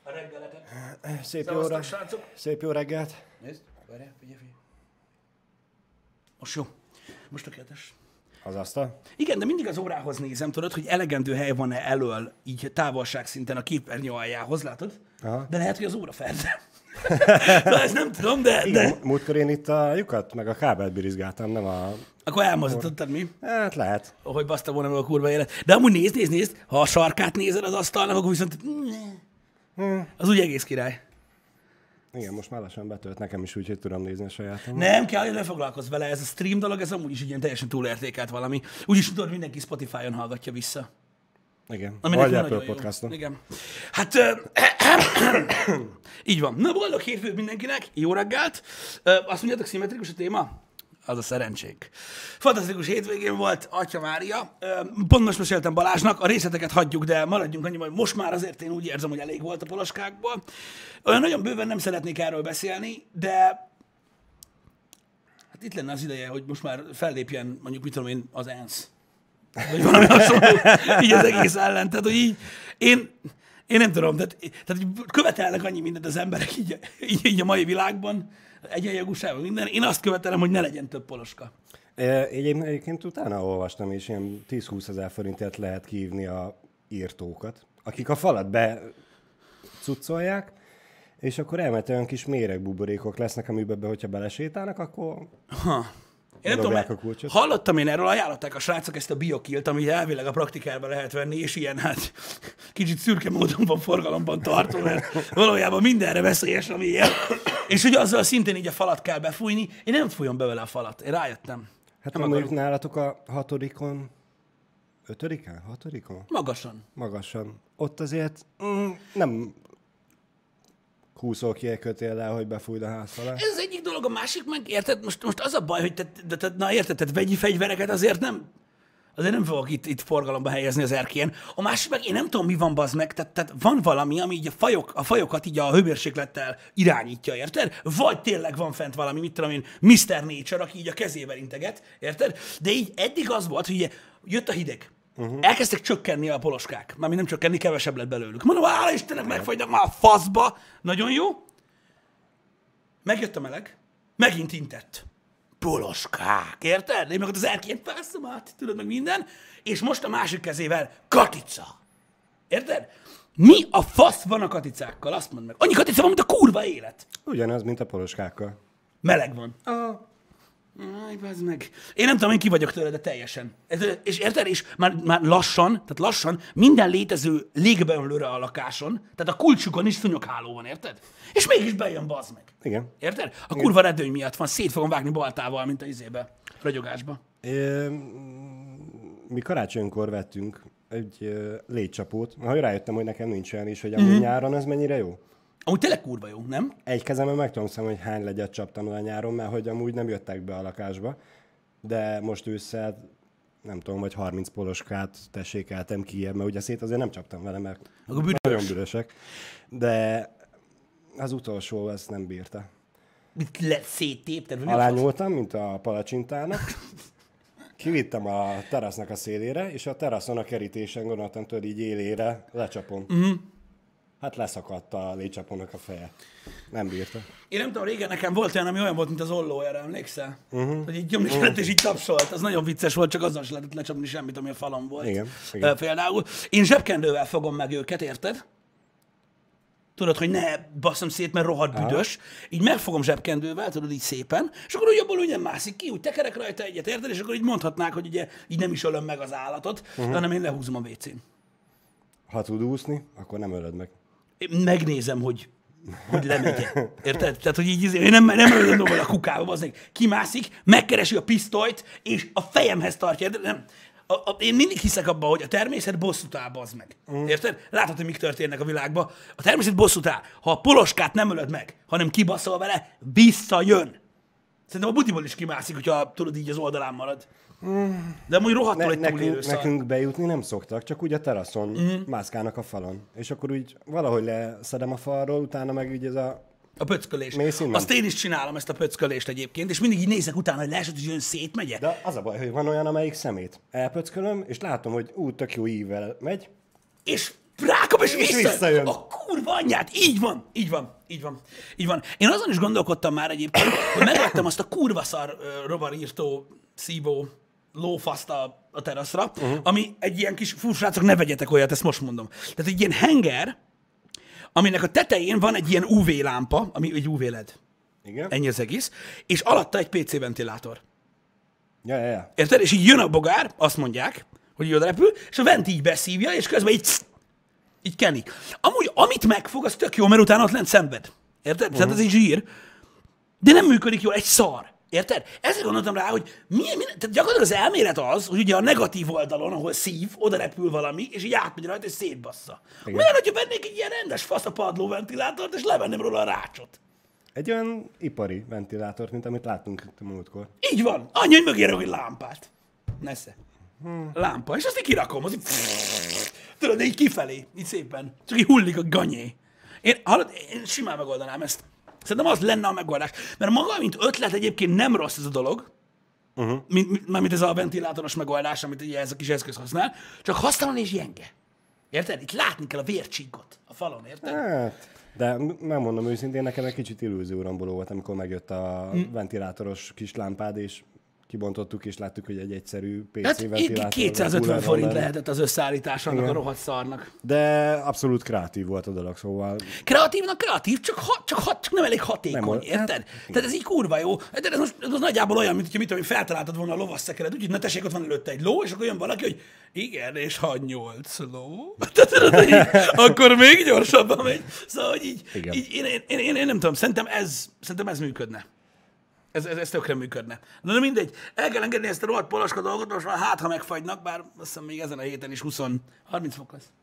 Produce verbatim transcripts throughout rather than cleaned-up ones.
a reggeletet. Szép jó, re... Szép jó reggelt. Nézd, várjál, figyelj, figyelj. Most jó. Most tökéletes. Az asztal? Igen, de mindig az órához nézem, tudod, hogy elegendő hely van-e elől, így távolságszinten a képernyő aljához, látod? Aha. De lehet, hogy az óra ferde. Na, ezt nem tudom, de... Igen, de... múltkor én itt a lyukat, meg a kábelt birizgáltam, nem a... Akkor elmozdítottad mi? Hát lehet. Hogy baszta volna meg a kurva élet. De amúgy nézd, nézd, nézd, ha a sarkát nézed az asztalnak, akkor viszont... Hmm. Az úgy egész király. Igen, most már lassan betölt nekem is úgy, hogy tudom nézni a sajátom. Nem kell, hogy ne foglalkozz vele, ez a stream dolog, ez amúgy is ilyen teljesen túlértékelt valami. Úgyis tudod, mindenki Spotify-on hallgatja vissza. Igen, ami vagy Apple Podcaston. Igen. Hát, így van. Na, boldog hétfőt mindenkinek, jó reggelt. Azt mondjátok, szimmetrikus a téma? Az a szerencsénk. Fantasztikus hétvégén volt, Atya Mária. Pont most meséltem Balázsnak, a részleteket hagyjuk, de maradjunk annyiban, hogy most már azért én úgy érzem, hogy elég volt a poloskákból. Olyan nagyon bőven nem szeretnék erről beszélni, de hát itt lenne az ideje, hogy most már fellépjen, mondjuk mit tudom én, az ENSZ. Vagy valami hasonló, így az egész ellen. Tehát, hogy így, én, én nem tudom, tehát, tehát követelnek annyi mindent az emberek így, így, így a mai világban, egyenjogúságban, minden. Én azt követelem, hogy ne legyen több poloska. Én egyébként utána olvastam, és ilyen tíz-húsz ezer forintért lehet kihívni a írtókat, akik a falat becuccolják, és akkor elméletileg olyan kis méregbuborékok lesznek, amiben, hogyha belesétálnak, akkor ha. Én nem tudom, hallottam én erről, ajánlották a srácok ezt a BioKillt, amit elvileg a praktikában lehet venni, és ilyen hát kicsit szürke módon van forgalomban tartó, mert valójában mindenre veszélyes, ami ilyen. És hogy azzal szintén így a falat kell befújni, én nem fújom be vele a falat, én rájöttem. Hát nem mondjuk nálatok a hatodikon, ötödikán, hatodikon? Magasan. Magasan. Ott azért mm, nem húszol ki egy kötéllel, hogy befújd a ház alá. Ez az egyik dolog, a másik meg, érted? Most, most az a baj, hogy te, te, te, na érted, tehát vegyi fegyvereket azért nem, azért nem fogok itt, itt forgalomba helyezni az erkélyen. A másik meg, én nem tudom, mi van bazd meg, tehát, tehát van valami, ami így a, fajok, a fajokat így a hőmérséklettel irányítja, érted? Vagy tényleg van fent valami, mit tudom én, miszter Nature, aki így a kezével integet, érted? De így eddig az volt, hogy jött a hideg. Uh-huh. Elkezdtek csökkenni a poloskák. Mármint nem csökkenni, kevesebb lett belőlük. Mondom, hála Istennek, megfagynak már a faszba. Nagyon jó. Megjött a meleg. Megint intett. Poloskák, érted? Én meg ott az erkélyen felszom át, tudod meg minden. És most a másik kezével katica. Érted? Mi a fasz van a katicákkal? Azt mondd meg. Annyi katica van, mint a kurva élet. Ugyanaz, mint a poloskákkal. Meleg van. Ah. Aj, bazd meg. Én nem tudom, én ki vagyok tőle, de teljesen. És érted? És már, már lassan, tehát lassan minden létező légbeömlőre a lakáson, tehát a kulcsukon is szúnyogháló van, érted? És mégis bejön, bazd meg. Igen. Érted? A Igen. kurva redőny miatt van, szét fogom vágni baltával, mint a izébe, ragyogásba. É, mi karácsonykor vettünk egy légycsapót, ahogy rájöttem, hogy nekem nincs olyan is, hogy amúgy mm-hmm. nyáron ez mennyire jó. Amúgy tényleg kurva jó, nem? Egy kezemben meg tudom számolni, hogy hány legyet csaptam le nyáron, mert hogy amúgy nem jöttek be a lakásba, de most ősszel, nem tudom, vagy harminc poloskát tessékeltem ki, mert ugye szét azért nem csaptam vele, mert büdös. Nagyon büdösek. De az utolsó ezt nem bírta. Mit le széttépted? Alányultam, mint a palacsintának. Kivittem a terasznak a szélére, és a teraszon a kerítésen gondoltam, tudod, így élére lecsapom. Uh-huh. Hát leszakadt a légycsapónak a feje. Nem bírta. Én nem tudom, régen nekem volt olyan, ami olyan volt, mint az olló, erre emlékszel? Uh-huh. Hogy így nyomni kellett, és így tapsolt. Az nagyon vicces volt, csak azzal sem lehetett lecsapni semmit, ami a falon volt. Igen, igen. Például. Én zsebkendővel fogom meg őket, érted? Tudod, hogy ne basszom szét, mert rohadt büdös. Így megfogom zsebkendővel, tudod, így szépen, és akkor úgy abból úgy nem mászik ki, úgy tekerek rajta egyet, érted? És akkor így mondhatnák, hogy ugye így nem is ölöm meg az állatot, uh-huh. hanem én lehúzom a vécén. Ha tud úszni, akkor nem ölöd meg. Én megnézem, hogy, hogy lemegye. Érted? Tehát, hogy így én nem, nem ölöm dobol a kukába, az kimászik, megkeresi a pisztolyt, és a fejemhez tartja. Nem. A, a, én mindig hiszek abban, hogy a természet bosszút áll, bazd meg. Mm. Érted? Látod, hogy mik történnek a világban. A természet bosszút áll. Ha a poloskát nem ölöd meg, hanem kibaszol vele, visszajön. Szerintem a butiból is kimászik, hogyha tudod, így az oldalán marad. Mm. De amúgy rohadtul egy túlélő szar. Nekünk bejutni nem szoktak, csak úgy a teraszon mm. mászkálnak a falon. És akkor úgy valahogy leszedem a falról, utána meg így ez a... A pöckölés. Azt én is csinálom, ezt a pöckölést egyébként, és mindig így nézek utána, hogy leesett, hogy jön szétmegye. De az a baj, hogy van olyan, amelyik szemét elpöckölöm, és látom, hogy úgy tök jó ívvel megy. És rákap és, És vissza. visszajön. A kurva anyját. Így van, így van, így van, így van. Én azon is gondolkodtam már egyébként, hogy megvettem azt a kurva szar uh, rovarírtó, szívó lófaszt a, a teraszra, uh-huh. ami egy ilyen kis, fú, srácok, ne vegyetek olyat, ezt most mondom. Tehát egy ilyen henger, aminek a tetején van egy ilyen ú vé lámpa, ami egy ú vé led. Igen? Ennyi az egész, és alatta egy pé cé ventilátor. Ja, ja, ja. Érted? És így jön a bogár, azt mondják, hogy így oda repül, és a vent így beszívja, és közben így, így kenik. Amúgy, amit megfog, az tök jó, mert utána ott lent szenved. Érted? Uh-huh. Tehát ez egy zsír. De nem működik jól, egy szar. Érted? Ezért gondoltam rá, hogy milyen, milyen, tehát gyakorlatilag az elmélet az, hogy ugye a negatív oldalon, ahol szív, oda repül valami, és így átmegy rajta, és szétbassza. Milyen, hogyha vennék egy ilyen rendes fasz a padló ventilátort, és levenném róla a rácsot. Egy olyan ipari ventilátort, mint amit láttunk itt a múltkor. Így van. Annyi, hogy mögé rakok egy lámpát. Nesze. Hmm. Lámpa. És azt így kirakom. Az így... Tudod, de így kifelé. Így szépen. Csak így hullik a ganyé. Én, hallod, én simán megoldanám ezt. Szerintem az lenne a megoldás. Mert maga, mint ötlet egyébként nem rossz ez a dolog. Uh-huh. Mint, mint ez a ventilátoros megoldás, amit ugye ez a kis eszköz használ. Csak hasztalan és gyenge. Érted? Itt látni kell a vércsíkot a falon, érted? Hát, de megmondom őszintén, nekem egy kicsit illúzióromboló volt, amikor megjött a hmm. ventilátoros kis lámpád, és kibontottuk, és láttuk, hogy egy egyszerű pé cé hát ventilátor. kétszázötven forint lehetett az összeállítás annak a rohadt szarnak. De abszolút kreatív volt a dolog, szóval... Kreatívnak kreatív, csak, ha, csak, ha, csak nem elég hatékony, nem, érted? Hát, tehát ez így kurva jó. De ez most ez az nagyjából olyan, mint hogyha mit tudom, feltaláltad volna a lovasszekeret, úgyhogy na tessék, ott van előtte egy ló, és akkor jön valaki, hogy igen, és ha nyolc ló, tehát, így, akkor még gyorsabban megy. Szóval, hogy így, így én, én, én, én, én nem tudom, szerintem ez, szerintem ez működne. Ez, ez, ez tökre működne. Na, de mindegy, el kell engedni ezt a rohadt polaska dolgot, most már hát, ha megfagynak, bár azt hiszem még ezen a héten is húsz harminc fok lesz.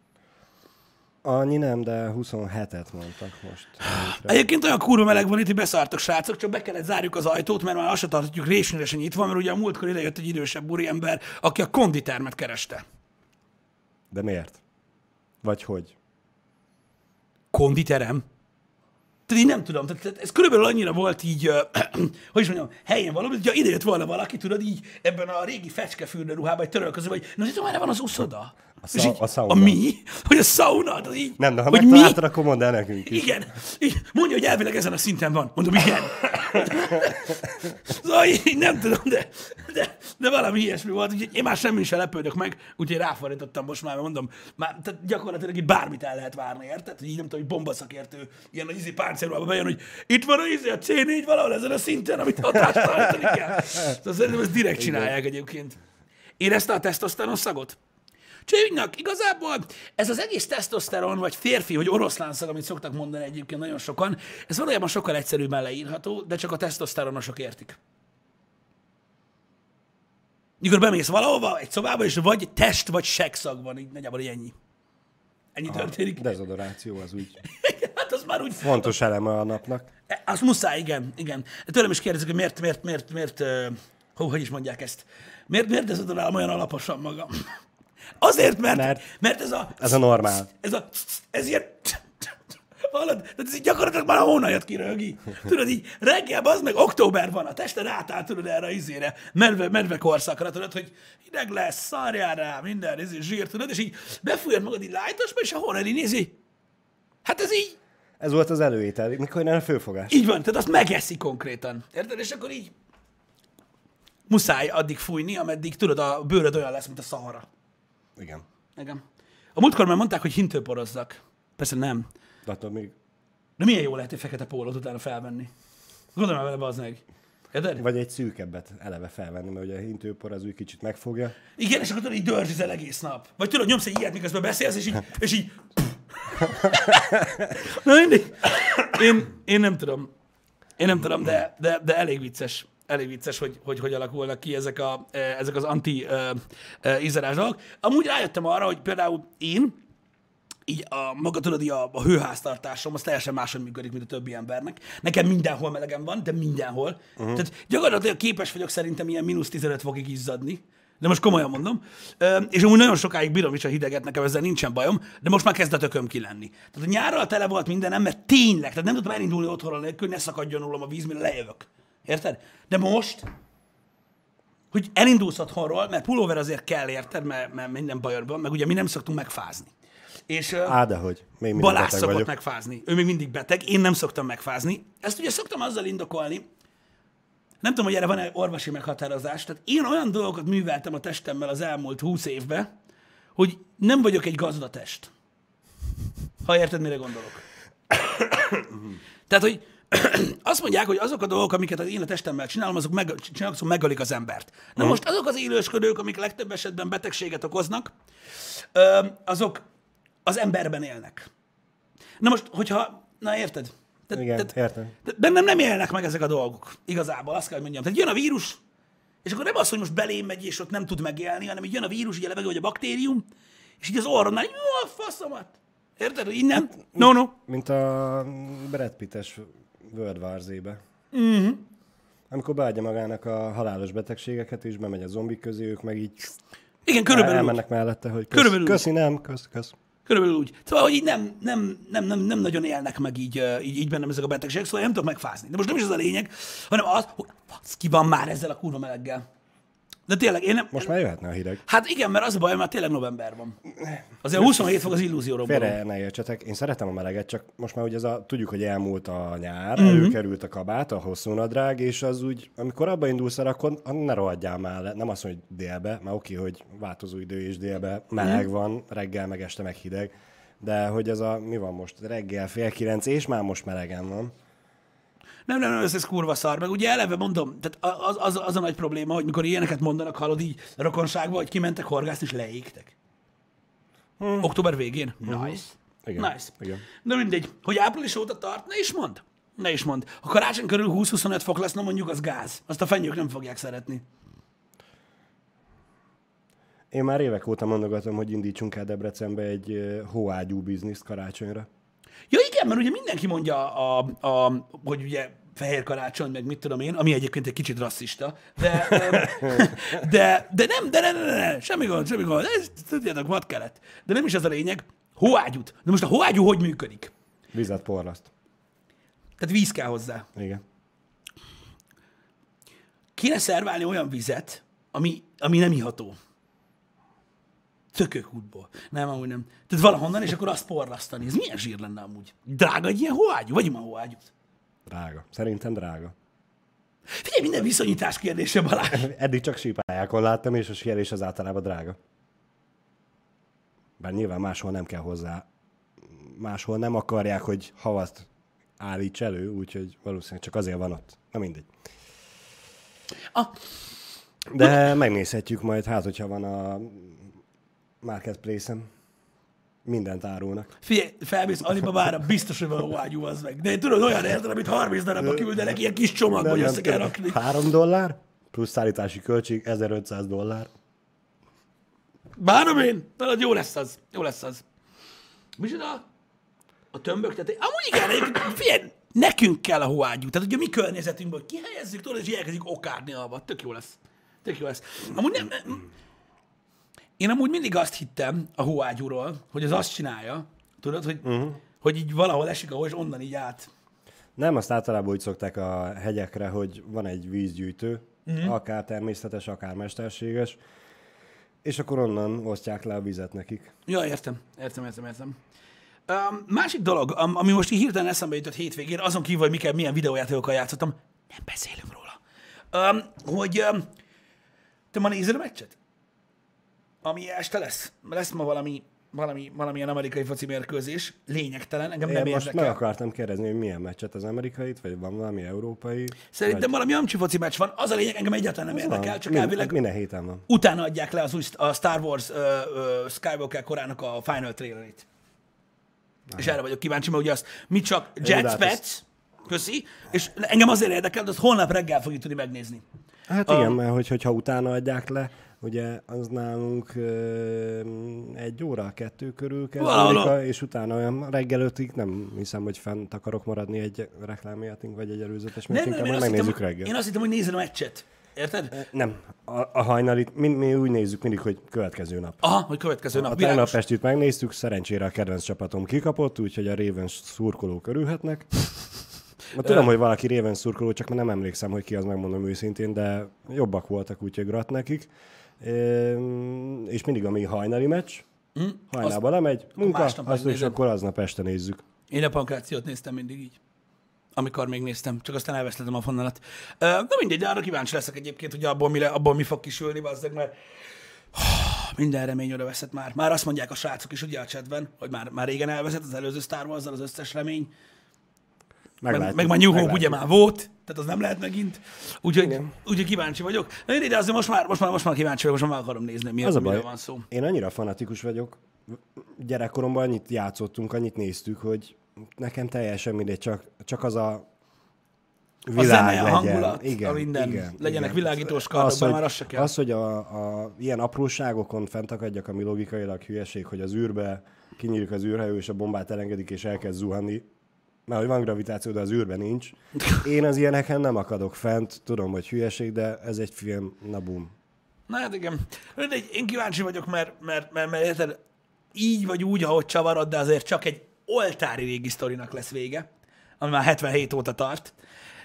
Annyi nem, de huszonhetet mondtak most. Egyébként olyan kurva meleg van itt, hogy beszartok, srácok, csak be kellett zárjuk az ajtót, mert már azt se tarthatjuk résnyire nyitva, mert ugye a múltkor idejött egy idősebb úriember, aki a konditermet kereste. De miért? Vagy hogy? Konditerem? Tehát én nem tudom, tehát ez körülbelül annyira volt így, uh, hogy is mondjam, helyen valami, hogyha idejött volna valaki, tudod, így ebben a régi fecskefürdő ruhában, egy törölköző, vagy na, tudom, erre van az uszoda. A, szau- így, a szauna. A mi? Hogy a szauna? Az így, nem, de ha hogy megtaláltad, akkor mondd el nekünk is. Igen. Így mondja, hogy elvileg ezen a szinten van. Mondom, igen. Szóval így nem tudom, de, de, de valami ilyesmi volt, úgyhogy én már semmi sem lepődök meg, úgyhogy ráfordítottam most már, mert mondom, már, tehát gyakorlatilag itt bármit el lehet várni, érted? Hogy így nem tudom, hogy bombaszakértő ilyen nagy izi páncélruhába bejön, hogy itt van a izi, a cé négy valahol ezen a szinten, amit hatástalanítani kell. Szóval szerintem ezt direkt csinálják egyébként. Érezte a tesztoszteron szagot? Csőnynak, igazából ez az egész tesztoszteron, vagy férfi, vagy oroszlánszag, amit szoktak mondani egyébként nagyon sokan, ez valójában sokkal egyszerűbben leírható, de csak a tesztoszteronosok értik. Mikor bemész valahova, egy szobába, és vagy test, vagy sekszag van, így nagyjából ennyi. Ennyi Aha, történik. Dezodoráció az úgy. Hát az már úgy... Fontos eleme a napnak. Az muszáj, igen, igen. Tőlem is kérdezik, hogy miért, miért, miért, miért, uh, hó, hogy is mondják ezt, miért, miért dezodorálom olyan alaposan magam? Azért, mert, mert, mert ez a... Ez a normál. Ez a... Ez ilyen... Hallod? Tehát ez így gyakorlatilag már a hónajat kirögi. Tudod, így reggel, az meg október van, a tested átáll, tudod, erre az izére, medve, medve korszakra, tudod, hogy hideg lesz, szarjál rá, minden, ez így zsír, tudod, és így befújod magad így lájtosba, és a hónaj így nézi. Hát ez így... Ez volt az előétel, mikor nem a főfogás. Így van, tehát azt megeszi konkrétan. Érted? És akkor így muszáj addig fújni, ameddig, tudod, a bőröd olyan lesz, mint a Szahara. Igen. Igen. A múltkor már mondták, hogy hintőporozzak. Persze nem. De attól még... De milyen jó lehet egy fekete pólót utána felvenni. Gondolom már vele, bazd meg. Érted? Vagy egy szűkebbet eleve felvenni, mert ugye a hintőpor az úgy kicsit megfogja. Igen, és akkor tudod, így dörzsizel egész nap. Vagy tudod, nyomsz egy ilyet, miközben beszélsz, és így... És így... Na mindig. Én, én nem tudom. Én nem tudom, de, de, de elég vicces. Elég vicces, hogy hogy, hogy alakulnak ki ezek, a, ezek az anti-izerás dolgok. Amúgy rájöttem arra, hogy például én, így a maga tudod, a, a hőháztartásom, az teljesen máshogy működik, mint a többi embernek. Nekem mindenhol melegem van, de mindenhol. Uh-huh. Tehát gyakorlatilag képes vagyok szerintem ilyen mínusz tizenöt fokig izzadni. De most komolyan mondom. És amúgy nagyon sokáig bírom is a hideget, nekem ezzel nincsen bajom, de most már kezd a tököm kilenni. Tehát a nyárral tele volt mindenem, mert tényleg, tehát nem tudtam elindulni otthonról nélkül, ne szakadjon rólam a víz, mire lejövök. Érted? De most, hogy elindulsz otthonról, mert pulóver azért kell, érted, mert, mert minden bajod van, meg ugye mi nem szoktunk megfázni. És Á, dehogy. Még mindig Balázs beteg szokott vagyok. megfázni. Ő még mindig beteg, én nem szoktam megfázni. Ezt ugye szoktam azzal indokolni, nem tudom, hogy erre van-e orvosi meghatározás, tehát én olyan dolgokat műveltem a testemmel az elmúlt húsz évben, hogy nem vagyok egy gazdatest. Ha érted, mire gondolok. Tehát, hogy azt mondják, hogy azok a dolgok, amiket én a testemmel csinálom, azok, meg, csinálom, azok megölik az embert. Na uh-huh. most azok az élősködők, amik legtöbb esetben betegséget okoznak, azok az emberben élnek. Na most, hogyha... Na érted? Te, Igen, te, értem. Te, bennem nem élnek meg ezek a dolgok. Igazából, azt kell, hogy mondjam. Tehát jön a vírus, és akkor nem az, hogy most belém megy, és ott nem tud megélni, hanem így jön a vírus, így a levegő, vagy a baktérium, és így az orronnál, jó, a faszomat. Érted, hogy innen? No, no. Mint a Brad Pitt-es World War Z-be. Uh-huh. Amikor beadja magának a halálos betegségeket, és bemegy a zombik közé, ők meg így... Igen, körülbelül elmennek úgy. mellette, hogy kösz, körülbelül köszi, nem, kösz, kösz. Körülbelül úgy. Szóval, hogy így nem, nem, nem, nem, nem nagyon élnek meg így, így, így bennem ezek a betegségek, szóval nem tudok megfázni. De most nem is az a lényeg, hanem az, hogy fasz, ki van már ezzel a kurva meleggel. De tényleg, én nem... Most már jöhetne a hideg. Hát igen, mert az a baj, mert tényleg november van. Azért huszonhét fok az illúzióról. Félre ne értsetek, én szeretem a meleget, csak most már ugye ez a, tudjuk, hogy elmúlt a nyár, mm-hmm. előkerült a kabát, a hosszú nadrág, és az úgy, amikor abba indulsz el, akkor ne rohadjál már le. Nem azt mondja, hogy délbe, mert oké, hogy változó idő és délbe meleg mm-hmm. van, reggel meg este meg hideg, de hogy ez a, mi van most, reggel fél kilenc, és már most melegen van. Nem, nem, nem, ez, ez kurva szar. Meg ugye eleve mondom, tehát az, az, az a nagy probléma, hogy mikor ilyeneket mondanak, hallod így a rokonságban, hogy kimentek horgászni, és leégtek. Hmm. Október végén. Uh-huh. Nice. Igen. Nice. Igen. De mindegy, hogy április óta tart, ne is mondd. Ne is mondd. A karácsony körül húsz-huszonöt fok lesz, na mondjuk az gáz. Azt a fenyők nem fogják szeretni. Én már évek óta mondogatom, hogy indítsunk el Debrecenbe egy hóágyú bizniszt karácsonyra. Ja igen, mert ugye mindenki mondja, a, a, hogy ugye fehér karácsony, meg mit tudom én, ami egyébként egy kicsit rasszista, de, de, de nem, de ne, ne, ne, ne, semmi gond, semmi gond, ez, tudjátok, vad kellett. De nem is ez a lényeg, hóágyút. De most a hóágyú hogy működik? Vizet porraszt. Tehát víz kell hozzá. Igen. Kéne szerválni olyan vizet, ami, ami nem iható. Szökőkútból. Nem, amúgy nem. Tehát valahonnan, és akkor azt porlasztani. Ez milyen zsír lenne amúgy? Drága egy ilyen hóágyú? Vagy már hóágyút? Drága. Szerintem drága. Figyelj, minden viszonyítás kérdése, Balázs. Eddig csak sípályákon láttam, és a síelés az általában drága. Bár nyilván máshol nem kell hozzá. Máshol nem akarják, hogy havat állíts elő, úgyhogy valószínűleg csak azért van ott. Na mindegy. Ah. De megnézhetjük majd, hát hogyha van a Marketplace-en. Mindent árulnak. Figyelj, felmész Alibabára, biztos, hogy van hóágyú az meg. De tudod, olyan érted, amit harminc darabba küldenek, ilyen kis csomagba, hogy össze kell rakni. Három dollár, plusz szállítási költség, ezerötszáz dollár. Bánom én, talán jó lesz az. Jó lesz az. Micsoda? A tömbök, tehát amúgy igen, figyelj, nekünk kell a hóágyú. Tehát ugye mi környezetünkből kihelyezzük, tudod, és elkezdik okádni alva. Tök jó lesz. Tök jó lesz. Amúgy nem, nem Én amúgy mindig azt hittem a hóágyúról, hogy az azt csinálja, tudod, hogy, uh-huh. hogy így valahol esik, ahol és onnan így át. Nem, azt általában úgy szokták a hegyekre, hogy van egy vízgyűjtő, uh-huh. akár természetes, akár mesterséges, és akkor onnan osztják le a vizet nekik. Ja, értem, értem, értem, értem. Um, másik dolog, ami most így hirtelen eszembe jutott hétvégén, azon kívül, hogy mikel, milyen videójátékokkal játszottam, nem beszélünk róla, um, hogy um, te ma nézed a meccset? Ami este lesz. Lesz ma valami, valami, valamilyen amerikai foci mérkőzés. Lényegtelen, engem Én nem most érdekel. meg akartam kérdezni, hogy milyen meccset, az amerikait, vagy van valami európai? Szerintem vagy... valami amcsi foci meccs van. Az a lényeg, engem egyáltalán nem érdekel, csak Min- elvileg minden héten van. utána adják le az új a Star Wars uh, uh, Skywalker korának a final trailerét. És erre vagyok kíváncsi, mert ugye azt mi csak Jets, Pets, köszi, és engem azért érdekel, de azt holnap reggel fogjuk tudni megnézni. Hát um, igen, mert hogy, hogyha utána adják le, ugye az nálunk ö, egy óra, kettő körül kezdődik, és utána olyan reggel ötig nem hiszem, hogy fent akarok maradni egy reklámjátunk, vagy egy előzetes meccsünk, majd megnézzük hittem, reggel. Én azt hittem, hogy nézem a meccset. Érted? Nem. A, a hajnalit mi, mi úgy nézzük mindig, hogy következő nap. Aha, hogy következő nap. A tegnap estét megnéztük, szerencsére a kedvenc csapatom kikapott, úgyhogy a Ravens szurkolók örülhetnek. Na, tudom, hogy valaki Ravens szurkoló, csak nem emlékszem, hogy ki az, megmondom őszintén, de jobbak voltak, úgyhogy grat nekik. És mindig a mi hajnali meccs, Hm? Hajnalban lemegy, munka, azt is akkor aznap este nézzük. Én a Pankrációt néztem mindig így. Amikor még néztem, csak aztán elvesztettem a fonalat. Na mindegy, de arra kíváncsi leszek egyébként, hogy abból mi, le, abból mi fog kisülni, bazdeg, mert minden remény oda veszett már. Már azt mondják a srácok is ugye a chatben, hogy már, már régen elveszett az előző Star Wars-zal az összes remény. Meg, meg már New Hope ugye már volt, tehát az nem lehet megint. Úgyhogy, úgyhogy kíváncsi vagyok. Na de azért most már, most már, most már kíváncsi vagyok, most már akarom nézni, mi az, miről van szó. Én annyira fanatikus vagyok. Gyerekkoromban annyit játszottunk, annyit néztük, hogy nekem teljesen mindegy, csak, csak az a világ a zene, legyen. A hangulat, igen, a minden. Igen, legyenek igen. világítós kardokban, már az se kell. Az, hogy a, a ilyen apróságokon fenntakadjak, ami logikailag hülyeség, hogy az űrbe kinyílik az űrhajó, és a bombát elengedik, és elkezd zuhanni, mert hogy van gravitáció, de az űrben nincs. Én az ilyeneken nem akadok fent, tudom, hogy hülyeség, de ez egy film, na bum. Na hát igen. Én kíváncsi vagyok, mert, mert, mert, mert érted, így vagy úgy, ahogy csavarod, de azért csak egy oltári régi sztorinak lesz vége, ami már hetvenhét óta tart.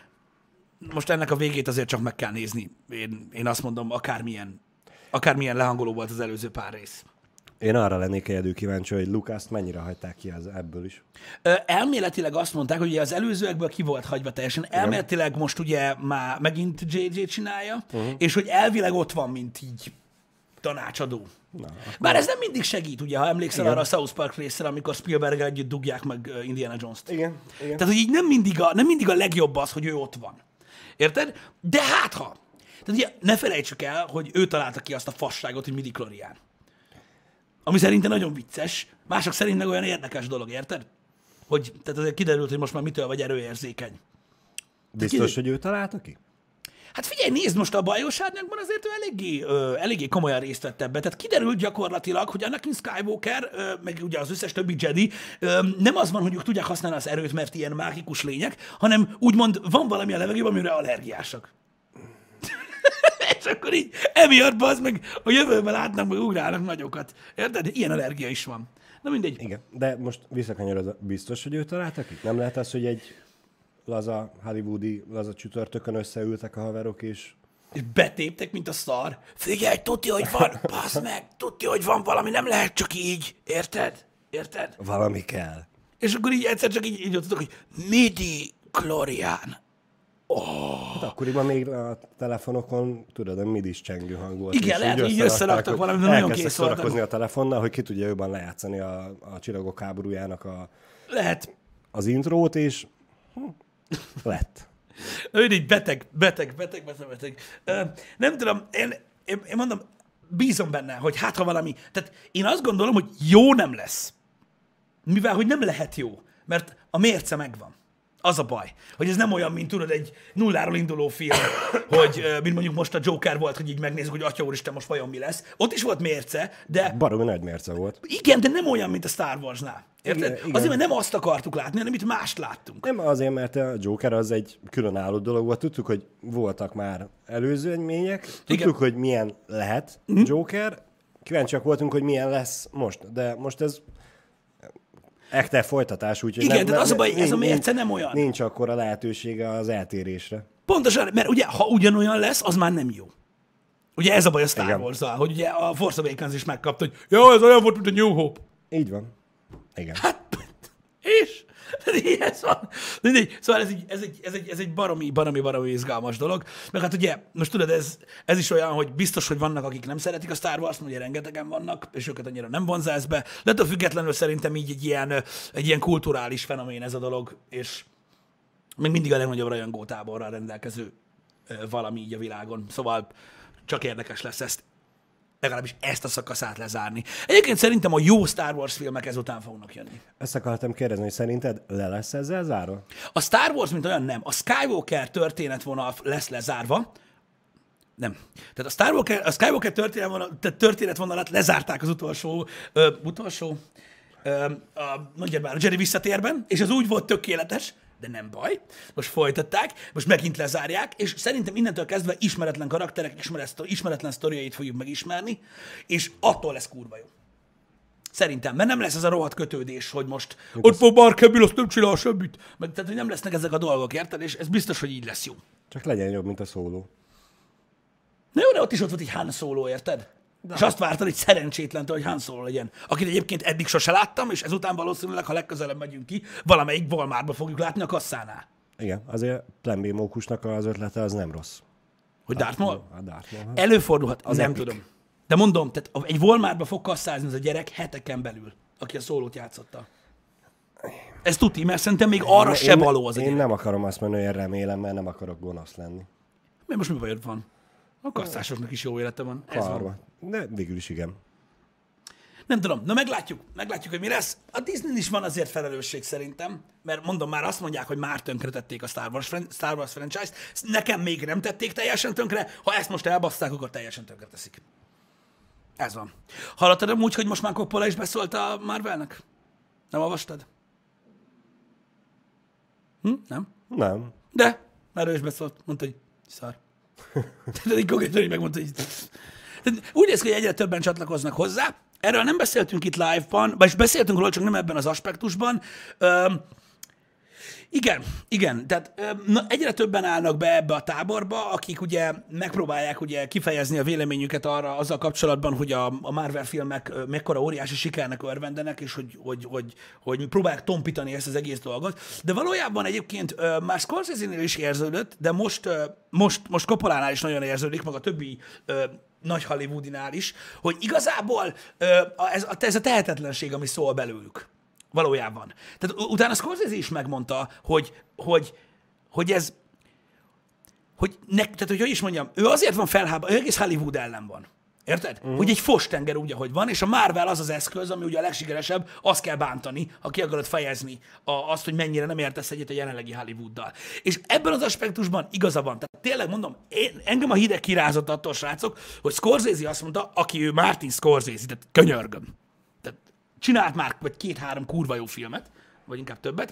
Most ennek a végét azért csak meg kell nézni. Én, én azt mondom, akármilyen, akármilyen lehangoló volt az előző pár rész. Én arra lennék egyedül kíváncsi, hogy Lucast mennyire hagyták ki az ebből is. Ö, elméletileg azt mondták, hogy ugye az előzőekből ki volt hagyva teljesen. Igen. Elméletileg most ugye már megint jé jé csinálja, uh-huh. és hogy elvileg ott van, mint így tanácsadó. Na, bár ez nem mindig segít, ugye, ha emlékszel igen. arra a South Park részre, amikor Spielberg együtt dugják meg Indiana Jones-t. Igen, igen. Tehát, hogy így nem mindig, a, nem mindig a legjobb az, hogy ő ott van. Érted? De hát ha. Tehát ugye ne felejtsük el, hogy ő találta ki azt a fasságot, hogy midi-klorián. Ami szerintem nagyon vicces, mások szerint meg olyan érdekes dolog, érted? Hogy, tehát azért kiderült, hogy most már mitől vagy erőérzékeny. Biztos, hogy ő találta ki? Hát figyelj, nézd, most a bajos árnyakban azért ő eléggé, ö, eléggé komolyan részt vett ebbe. Tehát kiderült gyakorlatilag, hogy Anakin Skywalker, ö, meg ugye az összes többi Jedi, ö, nem az van, hogy ők tudják használni az erőt, mert ilyen mágikus lények, hanem úgymond van valami a levegőben, amire allergiásak. És akkor így emiatt bazd meg, a jövőben látnak, meg ugrálnak nagyokat. Érted? Ilyen allergia is van. Na mindegy. Igen, de most visszakanyarodva, biztos, hogy ő találta ki? Nem lehet az, hogy egy laza, hollywoodi, laza csütörtökön összeültek a haverok, és... És betéptek, mint a szar. Figyelj, tudja, hogy van, bazd meg, tudja, hogy van valami, nem lehet csak így. Érted? Érted? Valami kell. És akkor így egyszer csak így, így tudtok, hogy midi-klorián. Oh. Hát akkoriban még a telefonokon, tudod, a midis csengő hang volt. Igen, lehet, hogy így összeraktak valamit, de nagyon kész voltak. Elkezdtek a telefonnal, hogy ki tudja jobban lejátszani a, a Csillagok háborújának a, lehet. az intrót, és hm, lett. Ő így beteg, beteg, beteg, beteg, beteg. Uh, nem tudom, én, én, én mondom, bízom benne, hogy hát ha valami, tehát én azt gondolom, hogy jó nem lesz. Mivel, hogy nem lehet jó, mert a mérce megvan. Az a baj, hogy ez nem olyan, mint tudod, egy nulláról induló film, hogy mint mondjuk most a Joker volt, hogy így megnézzük, hogy atya úristen, most vajon mi lesz. Ott is volt mérce, de... Baromi nagy mérce volt. Igen, de nem olyan, mint a Star Warsnál. Érted? Igen, igen. Azért, mert nem azt akartuk látni, hanem itt mást láttunk. Nem azért, mert a Joker az egy különálló dolog volt. Tudtuk, hogy voltak már előzmények, tudtuk, igen. hogy milyen lehet mm. Joker. Kíváncsiak voltunk, hogy milyen lesz most, de most ez... Ekte folytatás, úgyhogy igen, nem, de az a baj, nincs, ez a mérce nem olyan. Nincs akkor a lehetősége az eltérésre. Pontosan, mert ugye, ha ugyanolyan lesz, az már nem jó. Ugye ez a baj a Star Wars-zal, hogy ugye a Force Awakens is megkapta, hogy jó, ez olyan volt, mint a New Hope. Így van. Igen. Hát, és? Ez van. Szóval ez egy, ez egy, ez egy, ez egy baromi, baromi, baromi izgalmas dolog. Meg hát ugye, most tudod, ez, ez is olyan, hogy biztos, hogy vannak, akik nem szeretik a Star Wars-t, ugye rengetegen vannak, és őket annyira nem vonzá ez be. De ettől függetlenül szerintem így egy ilyen, egy ilyen kulturális fenomén ez a dolog, és még mindig a legnagyobb rajongótáborral rendelkező valami így a világon. Szóval csak érdekes lesz ezt, legalábbis ezt a szakaszát lezárni. Egyébként szerintem a jó Star Wars filmek ezután fognak jönni. Ezt akartam kérdezni, hogy szerinted le lesz ezzel zárva? A Star Wars, mint olyan nem. A Skywalker történetvonal lesz lezárva. Nem. Tehát a, Star Walker, a Skywalker történetvonal, történetvonalat lezárták az utolsó, ö, utolsó, ö, a, mondjad már, a Jedi visszatérben, és az úgy volt tökéletes, de nem baj. Most folytatták, most megint lezárják, és szerintem innentől kezdve ismeretlen karakterek, ismeretlen sztoriait fogjuk megismerni, és attól lesz kurva jó. Szerintem, mert nem lesz ez a rohadt kötődés, hogy most Mit ott van Mark Hamill, azt nem csinál semmit. Meg, tehát, hogy nem lesznek ezek a dolgok, érted? És ez biztos, hogy így lesz jó. Csak legyen jobb, mint a Solo. Na jó, de ott is ott volt egy Han Solo, érted? De. És azt vártad, hogy szerencsétlentől, hogy Han Solo legyen. Akit egyébként eddig sose láttam, és ezután valószínűleg, ha legközelebb megyünk ki, valamelyik Walmartba fogjuk látni a kasszánál. Igen, azért Plan B Mókusnak az ötlete az nem rossz. Hogy Darth Maul? A Darth Maul. Előfordulhat, Az nem epic. tudom. De mondom, tehát egy Walmartba fog kasszázni az a gyerek heteken belül, aki a Sólót játszotta. Ez tuti, mert szerintem még arra Én- se én, való az a Én gyerek. nem akarom azt mondani, hogy remélem, mert nem akarok gonosz lenni. Mert most mi bajod van? A kasszásoknak is jó élete van. Ez van. Karma. De végül is igen. Nem tudom, na meglátjuk, meglátjuk, hogy mi lesz. A Disney is van azért felelősség szerintem, mert mondom, már azt mondják, hogy már tönkretették a Star Wars, fran- Star Wars franchise-t. Nekem még nem tették teljesen tönkre, ha ezt most elbaszták, akkor teljesen tönkre teszik. Ez van. Hallottad amúgy, hogy most már Coppola is beszólt a Marvelnek? Nem olvastad? Hm? Nem? Nem. De, már ő is beszólt, mondta, hogy szar. Tehát így konkrétan így megmondta, hogy... Tehát úgy néz ki, hogy egyre többen csatlakoznak hozzá. Erről nem beszéltünk itt live-ban, vagyis beszéltünk róla, csak nem ebben az aspektusban. Üm, igen, igen, tehát üm, na, egyre többen állnak be ebbe a táborba, akik ugye megpróbálják ugye kifejezni a véleményüket arra azzal kapcsolatban, hogy a, a Marvel filmek ö, mekkora óriási sikernek örvendenek, és hogy, hogy, hogy, hogy próbálják tompítani ezt az egész dolgot. De valójában egyébként ö, már Scorsese-nél is érződött, de most, ö, most, most Coppolánál is nagyon érződik, meg a többi ö, nagy Hollywoodinál is, hogy igazából ö, a- ez, a- ez a tehetetlenség, ami szól belőlük. Valójában. Tehát u- utána Scorsese is megmondta, hogy, hogy, hogy ez, hogy, ne, tehát hogy hogy is mondjam, ő azért van felhába, ő egész Hollywood ellen van. Érted? Uh-huh. Hogy egy fostenger úgy, ahogy van, és a Marvel az az eszköz, ami ugye a legsikeresebb, azt kell bántani, ha ki akarod fejezni a, azt, hogy mennyire nem értesz egyet a jelenlegi Hollywooddal. És ebben az aspektusban igaza van. Tehát tényleg mondom, én, engem a hideg kirázott attól, srácok, hogy Scorsese azt mondta, aki ő Martin Scorsese, tehát könyörgöm. Tehát csinált már vagy két-három kurva jó filmet, vagy inkább többet.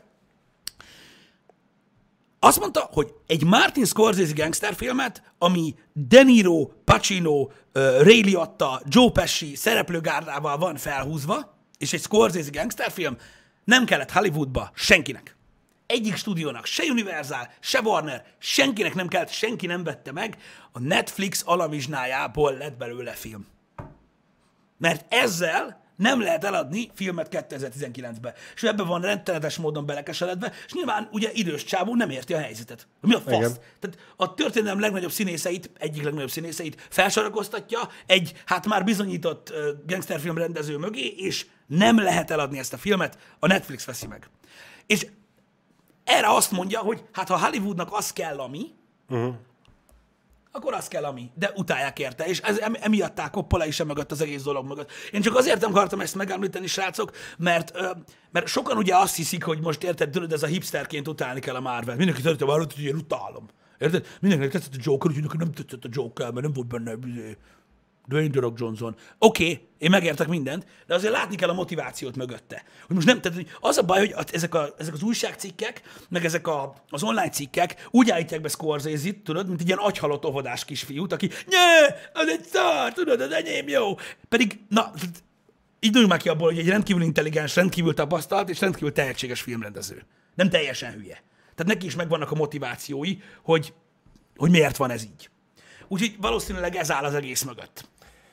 Azt mondta, hogy egy Martin Scorsese gangsterfilmet, ami De Niro, Pacino, uh, Ray Liotta, Joe Pesci szereplőgárdával van felhúzva, és egy Scorsese gangsterfilm nem kellett Hollywoodba senkinek. Egyik stúdiónak, se Universal, se Warner, senkinek nem kellett, senki nem vette meg, a Netflix alamizsnájából lett belőle film. Mert ezzel nem lehet eladni filmet kétezer-tizenkilencben. És ő ebben van rettenetes módon belekeseredve, és nyilván ugye idős csávó nem érti a helyzetet. Mi a fasz? Igen. Tehát a történelem legnagyobb színészeit, egyik legnagyobb színészeit felsorakoztatja egy, hát már bizonyított uh, gangsterfilm rendező mögé, és nem lehet eladni ezt a filmet, a Netflix veszi meg. És erre azt mondja, hogy hát ha Hollywoodnak az kell, ami, uh-huh. akkor az kell, ami. De utálják érte, és ez, em- emiatt áll Coppola is mögött az egész dolog mögött. Én csak azért nem akartam ezt megemlíteni, srácok, mert, ö, mert sokan ugye azt hiszik, hogy most érted, tudod, ez a hipsterként utálni kell a Marvel. Mindenki tudja, hogy én utálom. Érted? Mindenkinek tetszett a Joker, úgyhogy nekem nem tetszett a Joker, mert nem volt benne bizony, Dwayne The Rock Johnson. Oké, okay, én megértek mindent, de azért látni kell a motivációt mögötte. Hogy most nem, tehát hogy az a baj, hogy ezek, a, ezek az újságcikkek, meg ezek a, az online cikkek úgy állítják be Scorsese-t, tudod, mint egy ilyen agyhalott óvodás kisfiút, aki nyeh, az egy szar, tudod, az enyém jó. Pedig, na, így duljunk már ki abból, hogy egy rendkívül intelligens, rendkívül tapasztalt és rendkívül tehetséges filmrendező. Nem teljesen hülye. Tehát neki is megvannak a motivációi, hogy, hogy miért van ez így. Úgyhogy valószínűleg ez áll az egész mögött.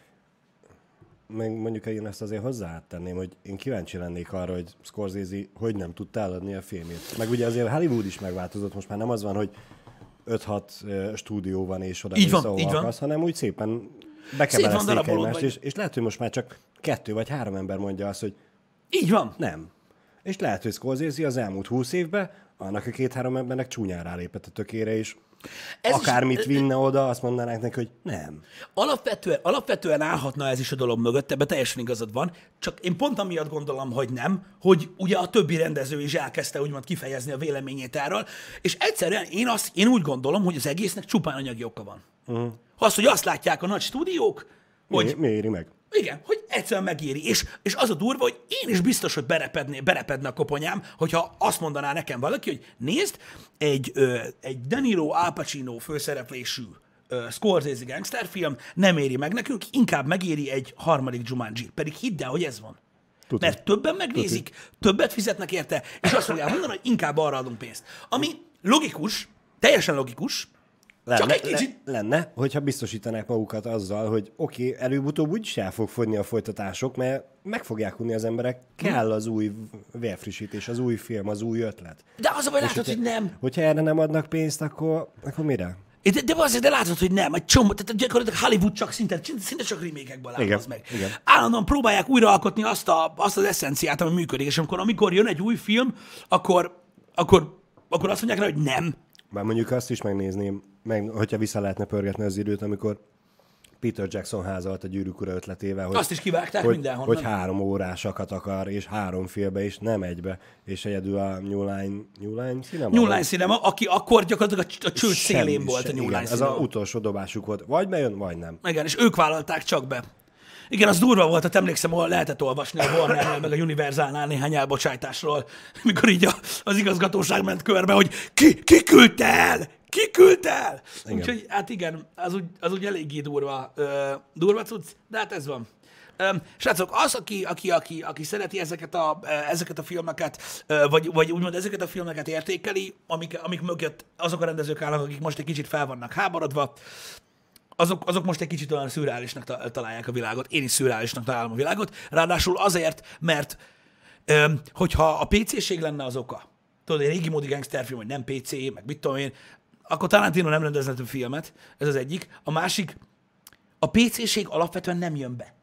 Meg mondjuk én ezt azért hozzátenném, hogy én kíváncsi lennék arra, hogy Scorsese hogy nem tudta eladni a filmét. Meg ugye azért Hollywood is megváltozott, most már nem az van, hogy öt-hat uh, stúdió van és oda Így van, vissza, így van. akarsz, hanem úgy szépen Szét bekebelezték van darabolódva, egymást, vagy- és, és lehet, hogy most már csak kettő vagy három ember mondja azt, hogy Így van. nem. És lehet, hogy Scorsese az elmúlt húsz évben annak a két-három embernek csúnyán rálépett a tökére, és Ez akármit is, vinne oda, azt mondanák neki, hogy nem. alapvetően, alapvetően állhatna ez is a dolog mögött, ebben teljesen igazad van, csak én pont amiatt gondolom, hogy nem, hogy ugye a többi rendező is elkezdte úgymond kifejezni a véleményét erről, és egyszerűen én, azt, én úgy gondolom, hogy az egésznek csupán anyagi oka van. Uh-huh. Az, hogy azt látják a nagy stúdiók, hogy Mi, mi éri meg? igen, hogy egyszerűen megéri. És, és az a durva, hogy én is biztos, hogy berepedné, berepedne a koponyám, hogyha azt mondaná nekem valaki, hogy nézd, egy, ö, egy De Niro, Al Pacino főszereplésű ö, Scorsese gangsterfilm nem éri meg nekünk, inkább megéri egy harmadik Jumanji. Pedig hidd el, hogy ez van. Tuti. Mert többen megnézik, többet fizetnek érte, és azt fogják mondani, hogy inkább arra adunk pénzt. Ami logikus, teljesen logikus, Lenne, Csak egy kicsit. Lenne, hogyha biztosítanák magukat azzal, hogy oké, okay, előbb-utóbb úgyis el fog fogyni a folytatások, mert meg fogják unni az emberek, kell az új vérfrissítés, az új film, az új ötlet. De az a baj, látod, hogyha, hogy nem. Hogyha erre nem adnak pénzt, akkor, akkor mire? De, de azért, de látod, hogy nem. Egy csomó, tehát gyakorlatilag Hollywood csak szinte, szinte csak remake-ekből áll az meg. Igen. Állandóan próbálják újraalkotni azt, a, azt az eszenciát, ami működik, és amikor, amikor jön egy új film, akkor, akkor, akkor azt mondják rá, hogy nem. Bár mondjuk azt is megnézném, meg, hogyha vissza lehetne pörgetni az időt, amikor Peter Jackson házalt a Gyűrűk ura ötletével, hogy, azt is kivágták hogy, mindenhonnan. hogy három órásakat akar, és három filmbe, és nem egybe, és egyedül a New Line, New Line Cinema? New Line Cinema, aki akkor gyakorlatilag a, a csőd Semmi szélén volt sem. a New Igen, Line ez Cinema. az utolsó dobásuk volt. Vagy bejön, vagy nem. Igen, és ők vállalták csak be. Igen, az durva volt, hát emlékszem, ahol lehetett olvasni a Warnernél, meg a Universalnál néhány elbocsájtásról, mikor így a, az igazgatóság ment körbe, hogy ki, ki küldte el? Ki küldte el? Igen. Úgyhogy hát igen, az úgy, az úgy eléggé durva, ö, durva cucc, de hát ez van. Ö, srácok, az, aki, aki, aki, aki szereti ezeket a, ezeket a filmeket, ö, vagy, vagy úgymond ezeket a filmeket értékeli, amik, amik mögött azok a rendezők állnak, akik most egy kicsit fel vannak háborodva, azok, azok most egy kicsit olyan szürreálisnak ta- találják a világot. Én is szürreálisnak találom a világot. Ráadásul azért, mert ö, hogyha a pé cé-ség lenne az oka, tudod, egy régi módi gangsterfilm, hogy nem pé cé, meg mit tudom én, akkor Tarantino nem rendezne több filmet, ez az egyik. A másik, a pé cé-ség alapvetően nem jön be.